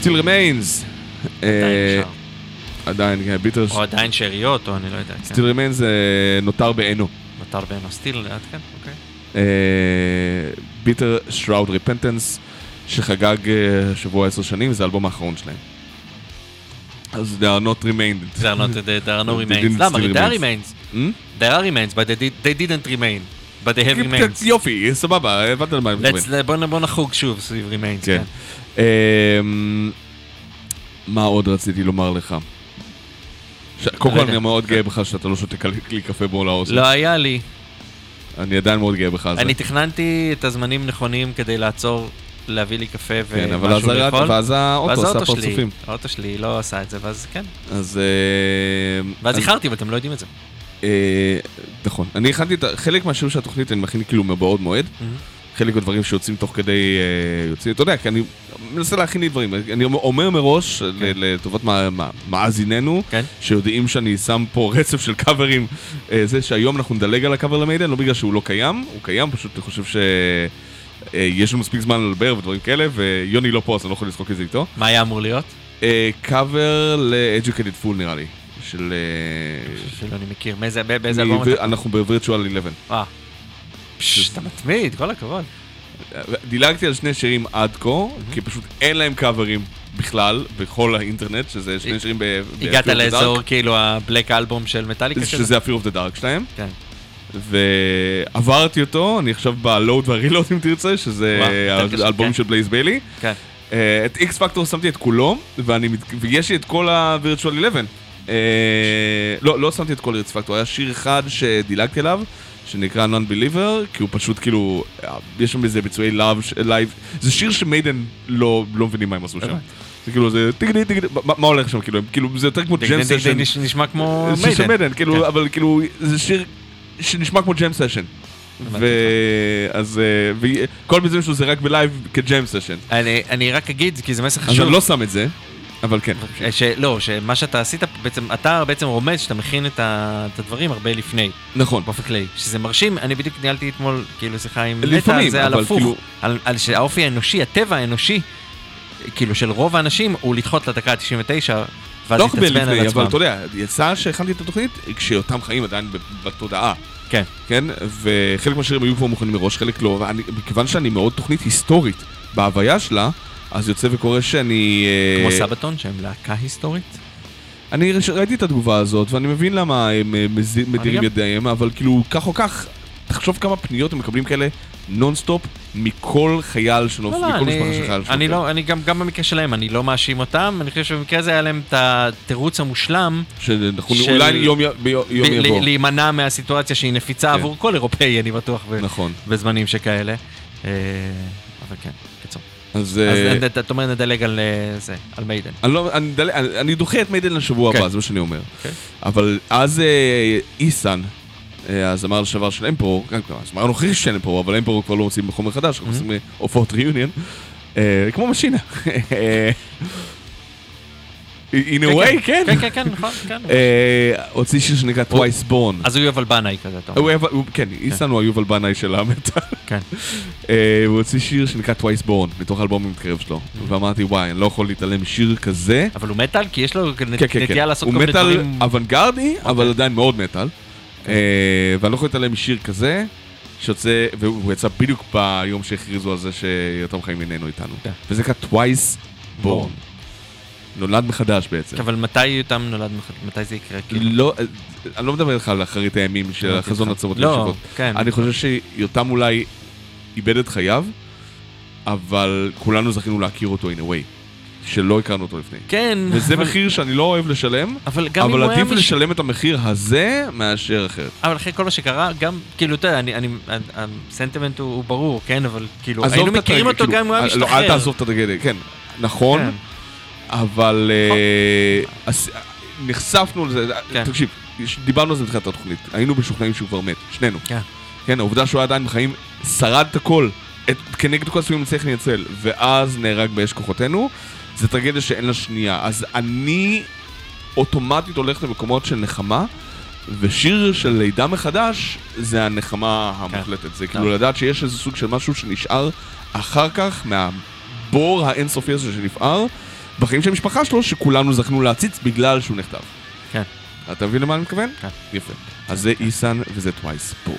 Still Remains. עדיין עדיין, ביטר... או עדיין שאריות, או אני לא יודע. Still Remains נותר בעינו. נותר בעינו. סטיל, עד כן, אוקיי. ביטר Shroud Repentance, שחגג שבוע עשר שנים, זה האלבום האחרון שלהם. אז they are not remained. They are not, there are no remains. למה? There are remains. There are remains, but they, did, they didn't remain. But they have remains. יופי, סבבה, הבנת על מה הם מדברים. בוא נחוג שוב סביב remains, כן. מה עוד רציתי לומר לך? קודם כל אני מאוד גאה בך שאתה לא שותה לי קפה בו לאוזן. לא היה לי. אני עדיין מאוד גאה בך. אני תכננתי את הזמנים נכונים כדי לעצור, להביא לי קפה ומשהו לאכול. ואז האוטו עשה פרצופים. האוטו שלי לא עשה את זה, ואז כן. אז... ואז איחרתי, ואתם לא יודעים את זה. נכון. אני הכנתי את... חלק מהשיר של התוכנית אני מכין כאילו מבעוד מועד. חלק מהדברים שיוצאים תוך כדי... יוצאים, אתה יודע, כי אני מנסה להכין לי דברים. אני אומר מראש, לטובת מאזיננו, שיודעים שאני שם פה רצף של קאברים, זה שהיום אנחנו נדלג על הקאבר למיידן, לא בגלל שהוא לא קיים, הוא קיים, פשוט אני חושב ש... יש לנו מספיק זמן לדבר ודברים כאלה, ויוני לא פה, אז אני לא יכול לצחוק את זה איתו. מה היה אמור להיות? קאבר ל-Educated Fool נראה לי. של... שלא אני מכיר. באיזה אלבום אתה? אנחנו ב-Virtual אחת עשרה. אה. אתה מתמיד, כל הכבוד. דילגתי על שני שירים עד כה, כי פשוט אין להם קאברים בכלל, בכל האינטרנט, שזה שני שירים ב... הגעת לאזור כאילו הבלק אלבום של מטאליקה שלו? שזה ה-Fear of the Dark שלהם. כן. ועברתי אותו, אני עכשיו בלואוד והרילואוד אם תרצה, שזה האלבומים של בלייז ביילי. כן. את X Factor שמתי את כולו, ויש לי את כל ה-Virtual אחת עשרה. לא, לא שמתי את כל X Factor, היה שיר אחד שדילגתי עליו, שנקרא Non-Believer, כי הוא פשוט כאילו, יש שם איזה ביצועי לייב, זה שיר שמיידן לא מבינים מה הם עשו שם. זה כאילו, זה טיגדי, טיגדי, מה הולך שם, כאילו, זה יותר כמו ג'ם סשן. נשמע כמו מיידן. שיר של מיידן, אבל כאילו, זה שיר שנשמע כמו ג'ם סשן. ואז, וכל בזמן שלו זה רק בלייב כג'ם סשן. אני רק אגיד, כי זה מסר חשוב. אז אני לא שם את זה. אבל כן. לא, שמה שאתה עשית, בעצם, אתה בעצם רומז שאתה מכין את הדברים הרבה לפני. נכון. באופן כללי. שזה מרשים, אני בדיוק ניהלתי אתמול, כאילו, שיחה עם נטע, על זה על הפוך. על שהאופי האנושי, הטבע האנושי, כאילו, של רוב האנשים, הוא לדחות לדקה ה-תשעים ותשע, ואז להתעצבן על עצמם. אבל אתה יודע, יצא שהכנתי את התוכנית, כשאותם חיים עדיין בתודעה. כן. כן? וחלק מהשירים היו כבר מוכנים מראש, חלק לא. מכיוון שאני מאוד תוכנית היסטורית בהוויה שלה, אז יוצא וקורא שאני... כמו סבתון, שהם להקה היסטורית? אני ראיתי את התגובה הזאת, ואני מבין למה הם מדירים ידיהם, אבל כאילו, כך או כך, תחשוב כמה פניות הם מקבלים כאלה נונסטופ מכל חייל שנוף, מכל משפחה של חייל שנוף. אני לא, אני גם במקרה שלהם, אני לא מאשים אותם, אני חושב שבמקרה הזה היה להם את התירוץ המושלם, אולי יום יבוא. להימנע מהסיטואציה שהיא נפיצה עבור כל אירופאי, אני בטוח, בזמנים שכאלה. אבל כן, קיצור. אז אתה אומר נדלג על זה, על מיידן. אני דוחה את מיידן לשבוע הבא, זה מה שאני אומר. אבל אז איסן, הזמר לשעבר של אמפרור, הזמר הנוכחי של אמפרור, אבל אמפרור כבר לא מוצאים בחומר חדש, אנחנו עושים הופעות ריוניון, כמו משינה. In a way, כן. כן, כן, כן, נכון, כן. הוציא שיר שנקרא Twice Born. אז הוא יובל בנאי כזה, אתה אומר. כן, איסן הוא היובל בנאי של המטל. כן. הוא הוציא שיר שנקרא Twice Born, מתוך האלבום המתקרב שלו. ואמרתי, וואי, אני לא יכול להתעלם משיר כזה. אבל הוא מטל? כי יש לו נטייה לעשות כל מיני דברים... הוא מטל אוונגרדי, אבל עדיין מאוד מטל. ואני לא יכול להתעלם משיר כזה, שיוצא, והוא יצא בדיוק ביום שהכריזו על זה שיותם חיים איננו איתנו. וזה נקרא Twice Born. נולד מחדש בעצם. אבל מתי יותם נולד מחדש? מתי זה יקרה? לא, אני לא מדבר לך על אחרית הימים של החזון עצמות לא, כן. אני חושב שיותם אולי איבד את חייו, אבל כולנו זכינו להכיר אותו in a way, שלא הכרנו אותו לפני. כן. וזה מחיר שאני לא אוהב לשלם, אבל עדיף לשלם את המחיר הזה מאשר אחרת. אבל אחרי כל מה שקרה, גם, כאילו, אתה יודע, הסנטימנט הוא ברור, כן, אבל כאילו, היינו מכירים אותו גם אם הוא היה משתחרר. לא, אל תעזוב את הטרגדיה, כן, נכון. אבל נחשפנו לזה, תקשיב, דיברנו על זה בתחילת התוכנית, היינו משוכנעים שהוא כבר מת, שנינו. כן, העובדה שהוא עדיין בחיים, שרד את הכל, כנגד כל הסביבים מצליח לנצל, ואז נהרג באש כוחותינו, זה טרגדיה שאין לה שנייה. אז אני אוטומטית הולך למקומות של נחמה, ושיר של לידה מחדש, זה הנחמה המוחלטת. זה כאילו לדעת שיש איזה סוג של משהו שנשאר אחר כך, מהבור האינסופי הזה שנפער, בחיים של המשפחה שלו, שכולנו זכנו להציץ בגלל שהוא נכתב. כן. אתה מבין למה אני מתכוון? כן. יפה. אז זה איסן וזה טווייס בורן.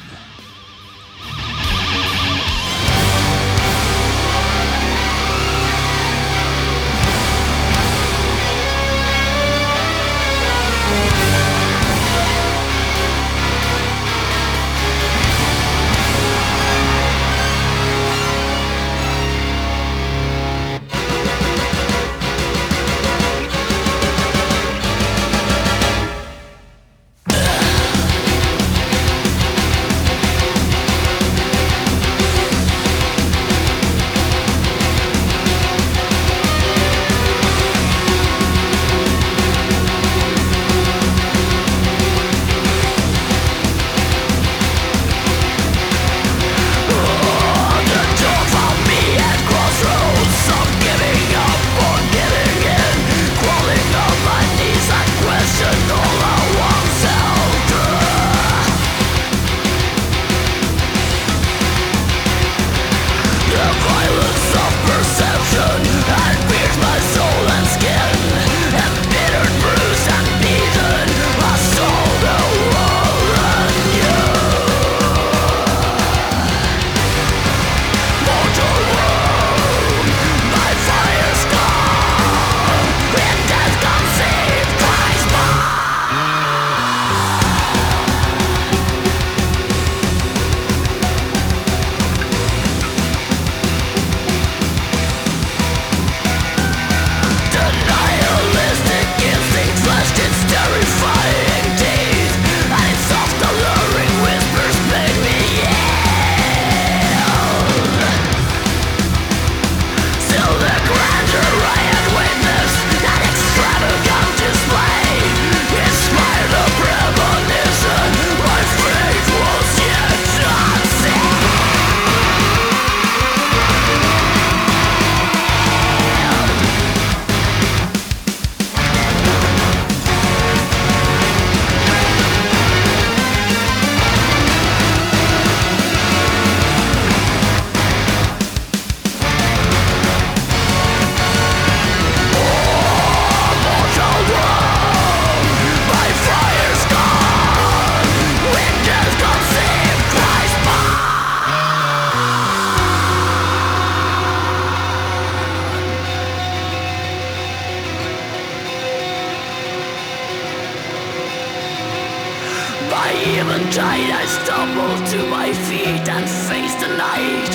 Eventide, I stumbled to my feet and faced the night,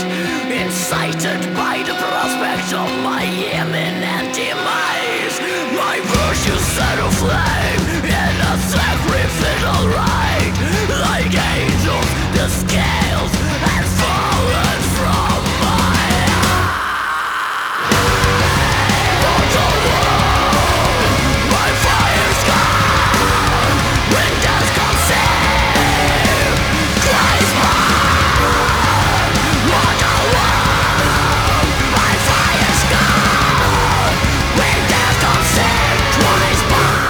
incited by the prospect of my imminent demise. My virtue set aflame in a sacrificial rite, like angels, the scales had fallen from my eyes. Mortal world, my fire's gone, winter's concealed. Christ born, mortal world, my fire's gone, winter's concealed. Christ born.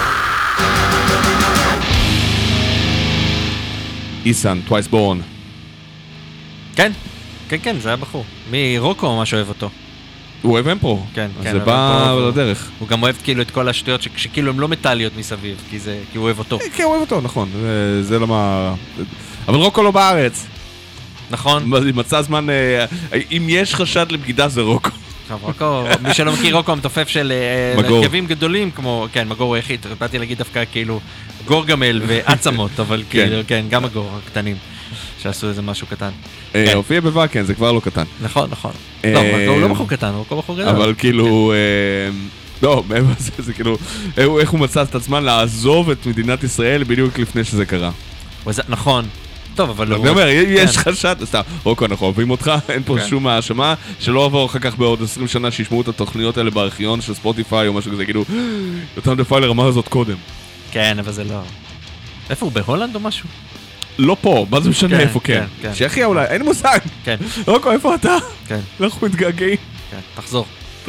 איסן, טווייס בורן. כן, כן, כן, זה היה בחור. מרוקו ממש אוהב אותו. הוא אוהב אמפרו. כן, כן. זה בא לדרך. הוא גם אוהב כאילו את כל השטויות שכאילו הם לא מטליות מסביב, כי זה, כי הוא אוהב אותו. כן, הוא אוהב אותו, נכון. זה למה... אבל רוקו לא בארץ. נכון. מצא זמן... אם יש חשד לבגידה זה רוקו. רוקו, מי שלא מכיר רוקו המתופף של הרכבים גדולים כמו, כן, מגור הוא היחיד, באתי להגיד דווקא כאילו גורגמל ועצמות, אבל כאילו, כן, גם מגור הקטנים, שעשו איזה משהו קטן. הופיע בוואקן, זה כבר לא קטן. נכון, נכון. לא, מגור הוא לא בחור קטן, רוקו בחור גדול. אבל כאילו, לא, מעבר לזה, זה כאילו, איך הוא מצא את עצמן לעזוב את מדינת ישראל בדיוק לפני שזה קרה. נכון. טוב, אבל אני אומר, יש חשד, סתם, רוקו, אנחנו אוהבים אותך, אין פה שום האשמה, שלא עבור אחר כך בעוד עשרים שנה שישמעו את התוכניות האלה בארכיון של ספוטיפיי או משהו כזה, כאילו, יותם דפיילר אמר זאת קודם. כן, אבל זה לא... איפה הוא, בהולנד או משהו? לא פה, מה זה משנה איפה, כן. צ'כיה אולי, אין מושג. כן. רוקו, איפה אתה? כן. אנחנו מתגעגעים. כן, תחזור.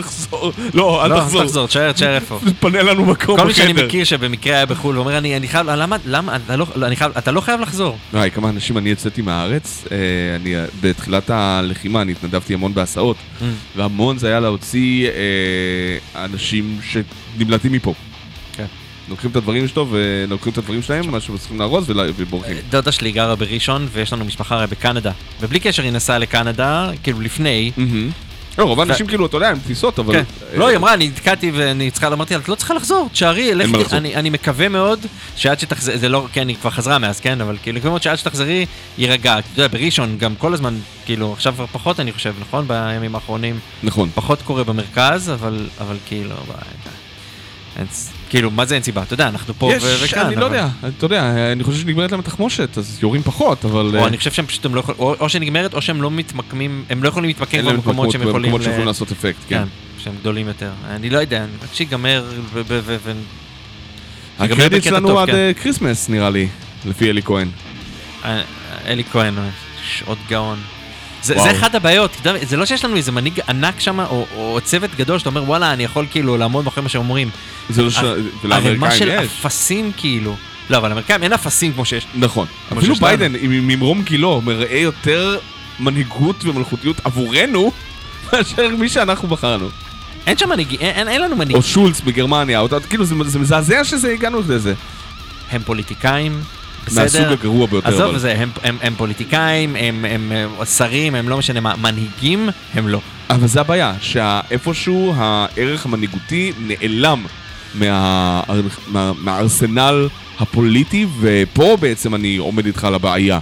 תחזור. לא, אל לא, תחזור. אל תחזור, תשאר, תשאר איפה. פנה לנו מקום כל מי שאני בחדר. מכיר שבמקרה היה בחו"ל ואומר, אני אני חייב, למה, למה, אתה לא- לא, אני חייב- אתה לא חייב לחזור. היי, כמה אנשים אני יצאתי מהארץ, אה, אני בתחילת הלחימה, אני התנדבתי המון בהסעות, והמון זה היה להוציא אה, אנשים שנמלטים מפה. כן. לוקחים את הדברים שלו ולוקחים את הדברים שלהם, מה שהם צריכים לארוז ול- ובורחים. דודה שלי גרה בראשון, ויש לנו משפחה הרי בקנדה. ובלי קשר היא נסעה לקנדה, כאילו לפני. לא, רוב האנשים כאילו, אתה יודע, הם טיסות, אבל... כן. לא, היא אמרה, אני נתקעתי ואני צריכה, אמרתי, את לא צריכה לחזור, תשארי, מה לחזור. אני אני מקווה מאוד שעד שתחזרי, זה לא, כן, היא כבר חזרה מאז, כן, אבל כאילו, כמו שעד שתחזרי, יירגע. אתה יודע, בראשון גם כל הזמן, כאילו, עכשיו כבר פחות, אני חושב, נכון? בימים האחרונים. נכון. פחות קורה במרכז, אבל, אבל כאילו, אין, כאילו, מה זה אין סיבה? אתה יודע, אנחנו פה יש, ו- וכאן. אני לא אבל- יודע, אתה יודע, אני חושב שנגמרת להם התחמושת, אז יורים פחות, אבל... או אני חושב שהם פשוט, הם לא יכול, או, או שנגמרת, או שהם לא מתמקמים, הם לא יכולים להתמקם אין להם במקומות שהם יכולים... במקומות ל- שיכולים לעשות אפקט, כן. כן, שהם גדולים יותר. אני לא יודע, רק שיגמר ו... ו... ו... ו... ייגמר הקרדיט בקטע שלנו טוב, עד כן. אה, קריסמס, נראה לי, לפי אלי כהן. אה, אלי כהן, עוד גאון. זה, וואו. זה אחד הבעיות, אתה יודע, זה לא שיש לנו איזה מנהיג ענק שם, או, או צוות גדול, שאתה אומר, וואלה, אני יכול כאילו לעמוד מאחורי מה שהם אומרים. זה לא ש... ערימה ולאמריקאים של יש. אפסים כאילו. לא, אבל לאמריקאים אין אפסים כמו שיש. נכון. כמו אפילו שיש לנו. ביידן, עם ממרום גילו, מראה יותר מנהיגות ומלכותיות עבורנו, מאשר מי שאנחנו בחרנו. אין שם מנהיגים, אין, אין, אין לנו מנהיג. או שולץ בגרמניה, או, כאילו זה, זה מזעזע שזה הגענו לזה. הם פוליטיקאים, בסדר? מהסוג הגרוע ביותר. עזוב, אבל. זה, הם, הם, הם פוליטיקאים, הם, הם, הם שרים, הם לא משנה מה, מנהיגים, הם לא. אבל זה הבעיה, שאיפשהו הערך המנהיגותי נעלם מה, מה, מהארסנל הפוליטי, ופה בעצם אני עומד איתך על הבעיה,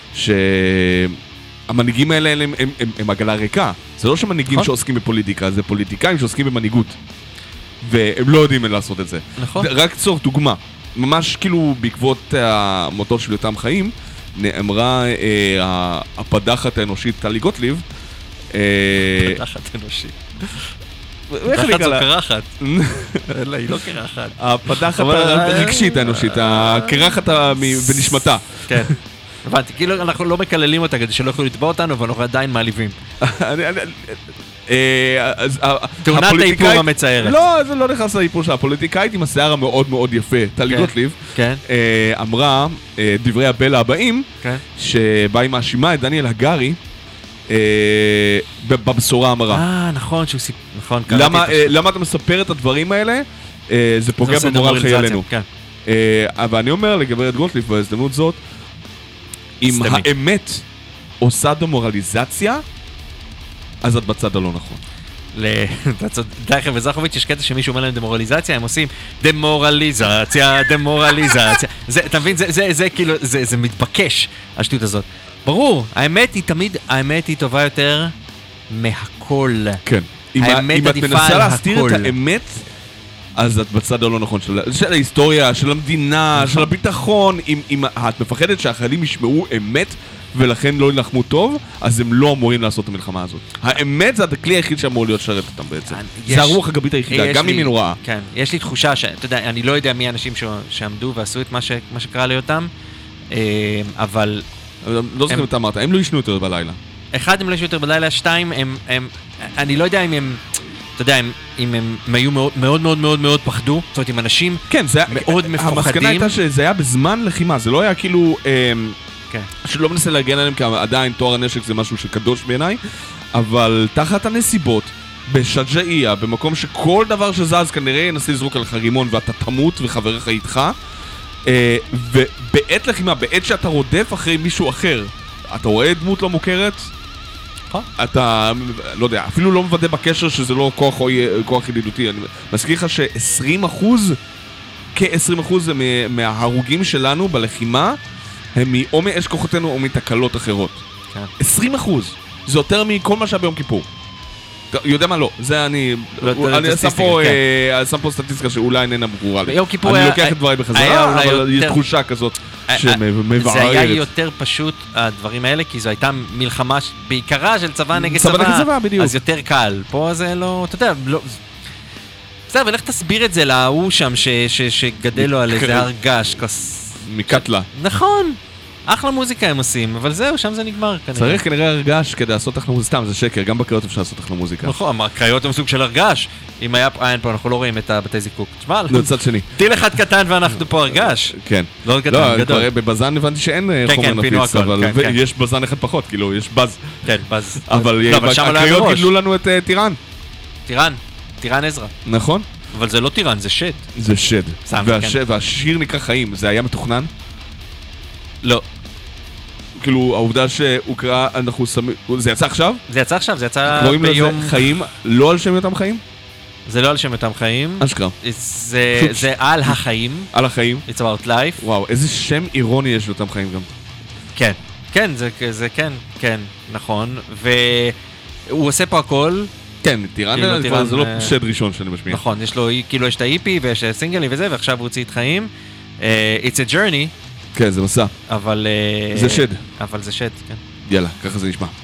שהמנהיגים האלה הם, הם, הם, הם עגלה ריקה. זה לא שמנהיגים נכון. שעוסקים בפוליטיקה, זה פוליטיקאים שעוסקים במנהיגות. והם לא יודעים לעשות את זה. נכון. רק צורך דוגמה, ממש כאילו בעקבות המותו של יותם חיים, נאמרה אה, הפדחת האנושית טלי גוטליב, אה, פדחת אנושית. איך פדחת נקרא זו לה? קרחת. לא, היא לא קרחת. הפדחת אבל- הרגשית האנושית, הקרחת ה- מ- בנשמתה. כן. הבנתי, כאילו אנחנו לא מקללים אותה כדי שלא יכולו לתבוע אותנו, אבל אנחנו עדיין מעליבים. אני- אני- אה, אז ה- תאונת הפוליטיקאית- האיפור המצערת. לא, זה לא נכנס לאיפור שלה. הפוליטיקאית עם השיער המאוד מאוד יפה, טלי כן. גוטליב, כן, אה, אמרה אה, דברי הבלע הבאים, כן. שבה היא מאשימה את דניאל הגרי אה, בבשורה המרה. אה, נכון, שהוא סיפ... נכון, קראתי למה, את אה, למה אתה מספר את הדברים האלה? אה, זה פוגע עושה במורל דמורליזציה, חיילינו. כן. אה, אבל אני אומר לגברת גוטליב בהזדמנות זאת, אם סתמי. האמת עושה דמורליזציה, אז את בצד הלא נכון. ל- אתה צודק, דייכר וזרחוביץ' יש קטע שמישהו אומר להם דמורליזציה, הם עושים דמורליזציה, דמורליזציה. זה, אתה מבין, זה, זה, זה כאילו, זה, זה מתבקש, השטות הזאת. ברור, האמת היא תמיד, האמת היא טובה יותר מהכל. כן. אם, האמת אם את עדיפה מנסה על להסתיר הכל. את האמת, אז את בצד הלא נכון של, של ההיסטוריה, של המדינה, של הביטחון. אם, אם את מפחדת שהחיילים ישמעו אמת ולכן לא ילחמו טוב, אז הם לא אמורים לעשות את המלחמה הזאת. האמת זה הכלי היחיד שאמור להיות שרת אותם בעצם. יש- זה הרוח הגבית היחידה, יש גם לי- אם היא נוראה. כן, יש לי תחושה שאתה יודע, אני לא יודע מי האנשים ש- שעמדו ועשו את מה ש- מה שקרה ליותם, אה, אבל לא זוכר אם אתה אמרת, הם לא ישנו יותר בלילה. אחד, הם לא ישנו יותר בלילה, שתיים, הם, הם, אני לא יודע אם הם, אתה יודע, אם, אם הם, הם היו מאוד מאוד מאוד מאוד מאוד פחדו, זאת אומרת, עם אנשים כן, זה מאוד מפוחדים. המסקנה הייתה שזה היה בזמן לחימה, זה לא היה כאילו... אמ, כן. שלא מנסה להגן עליהם, כי עדיין תואר הנשק זה משהו שקדוש בעיניי, אבל תחת הנסיבות, בשג'איה, במקום שכל דבר שזז כנראה ינסה לזרוק עליך רימון ואתה תמות וחבריך איתך, אה, ובעת לחימה, בעת שאתה רודף אחרי מישהו אחר, אתה רואה דמות לא מוכרת, אתה, לא יודע, אפילו לא מוודא בקשר שזה לא כוח, או, כוח ידידותי. אני מזכיר לך ש-עשרים אחוז, כ-עשרים אחוז מההרוגים שלנו בלחימה, הם או מאש כוחותינו או מתקלות אחרות. כן. עשרים אחוז. זה יותר מכל מה שהיה ביום כיפור. אתה יודע מה? לא. זה אני... לא, אני זה שם סטטיסטיקה, פה, כן. אה, שם פה סטטיסטיקה שאולי איננה ברורה לי. ביום כיפור אני היה- לוקח את דבריי היה בחזרה, אולי אבל יש יותר- תחושה כזאת זה היה שמבערת. יותר פשוט, הדברים האלה, כי זו הייתה מלחמה ש- בעיקרה של צבא נגד צבא צבא, נגד צבא, בדיוק. אז יותר קל. פה זה לא, אתה יודע, לא... בסדר, אבל איך תסביר את זה להוא שם ש- ש- שגדל לו על איזה כן. הר געש, כוס... מקטלה. נכון, אחלה מוזיקה הם עושים, אבל זהו, שם זה נגמר כנראה. צריך כנראה הרגש כדי לעשות אחלה מוזיקה, סתם, זה שקר, גם בקריות אפשר לעשות אחלה מוזיקה. נכון, הקריות הם סוג של הרגש. אם היה פעין פה, אנחנו לא רואים את הבתי זיקוק. תשמע, לא, צד שני. טיל אחד קטן ואנחנו פה הרגש. כן. לא קטן, לא, גדול. כבר בבזן הבנתי שאין כן, חומר כן, פינו נפיץ, הכל, אבל כן, כן. יש בזן אחד פחות, כאילו, יש בז. כן, בז. אבל לא, אבל שם לא היה הקריות מראש. גידלו לנו את אה, טירן. טירן, טירן עזרא. נכון? אבל זה לא טירן, זה שד. זה שד. סתם, והש- כן. והשיר נקרא חיים, זה היה מתוכנן? לא. כאילו, העובדה שהוא קרא, אנחנו שמים... זה יצא עכשיו? זה יצא עכשיו, זה יצא קוראים ביום... לזה חיים, לא על שם אותם חיים? זה לא על שם אותם חיים. אשכרה. זה, פשוט- זה על החיים. על החיים. It's about life. וואו, איזה שם אירוני יש לאותם חיים גם. כן. כן, זה, זה כן, כן, נכון. והוא עושה פה הכל. כן, טירן, כאילו, כבר טירן, זה לא אה, שד ראשון שאני משמיע. נכון, יש לו, כאילו יש את ה-איפי ויש סינגלים וזה, ועכשיו הוא הוציא את חיים. Uh, it's a journey, כן, זה מסע. אבל... Uh, זה שד. אבל זה שד, כן. יאללה, ככה זה נשמע.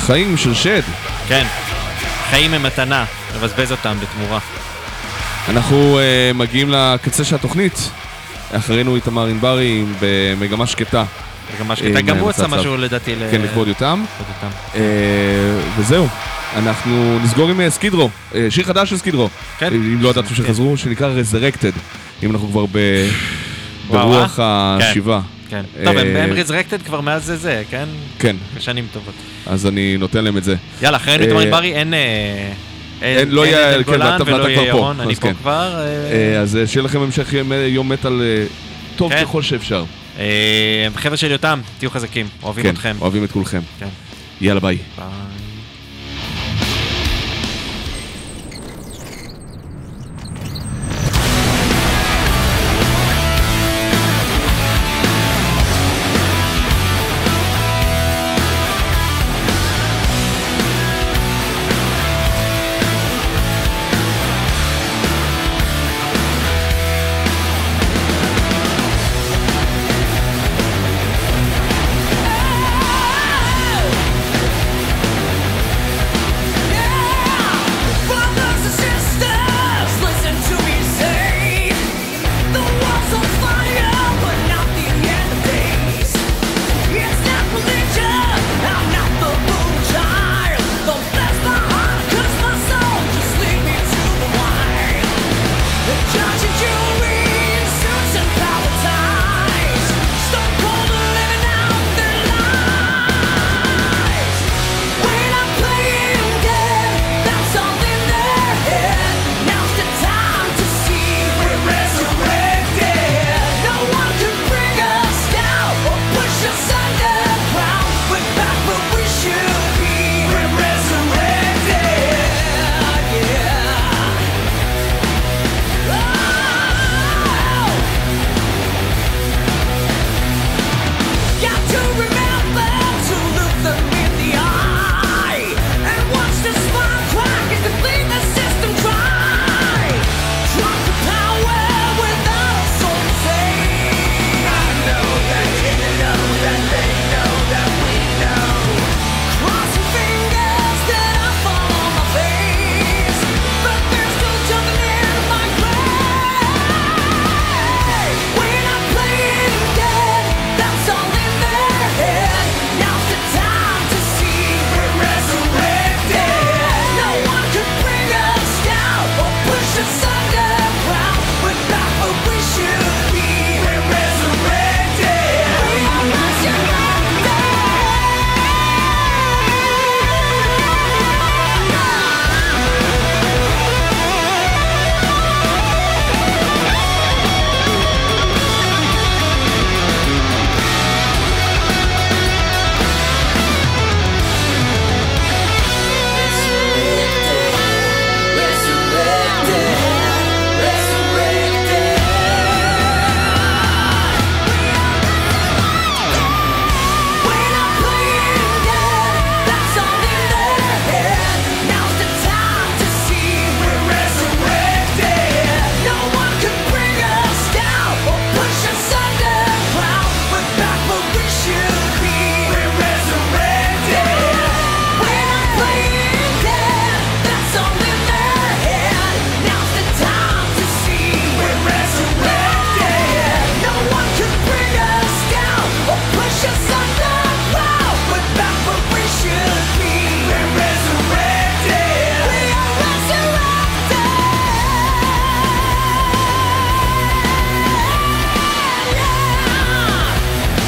חיים של שד. כן, חיים הם מתנה, לבזבז אותם בתמורה. אנחנו uh, מגיעים לקצה של התוכנית. אחרינו איתמר ענברי במגמה שקטה. מגמה שקטה, גם הוא עשה משהו לדעתי. כן, לכבוד יותם. וזהו, אנחנו נסגור עם סקידרו, שיר חדש של סקידרו. אם לא ידעתם שחזרו, שנקרא Resurrected. אם אנחנו כבר ברוח השיבה. כן, טוב, הם Resurrected כבר מאז זה זה, כן? כן. בשנים טובות. אז אני נותן להם את זה. יאללה, אחרינו איתמר ענברי, אין... אין, לא יהיה, כן, ואתה כבר פה. אני פה כבר. אז שיהיה לכם המשך יום מטל טוב ככל שאפשר. חבר'ה של יותם, תהיו חזקים, אוהבים אתכם. כן, אוהבים את כולכם. יאללה, ביי. ביי.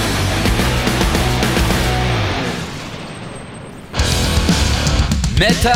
מטא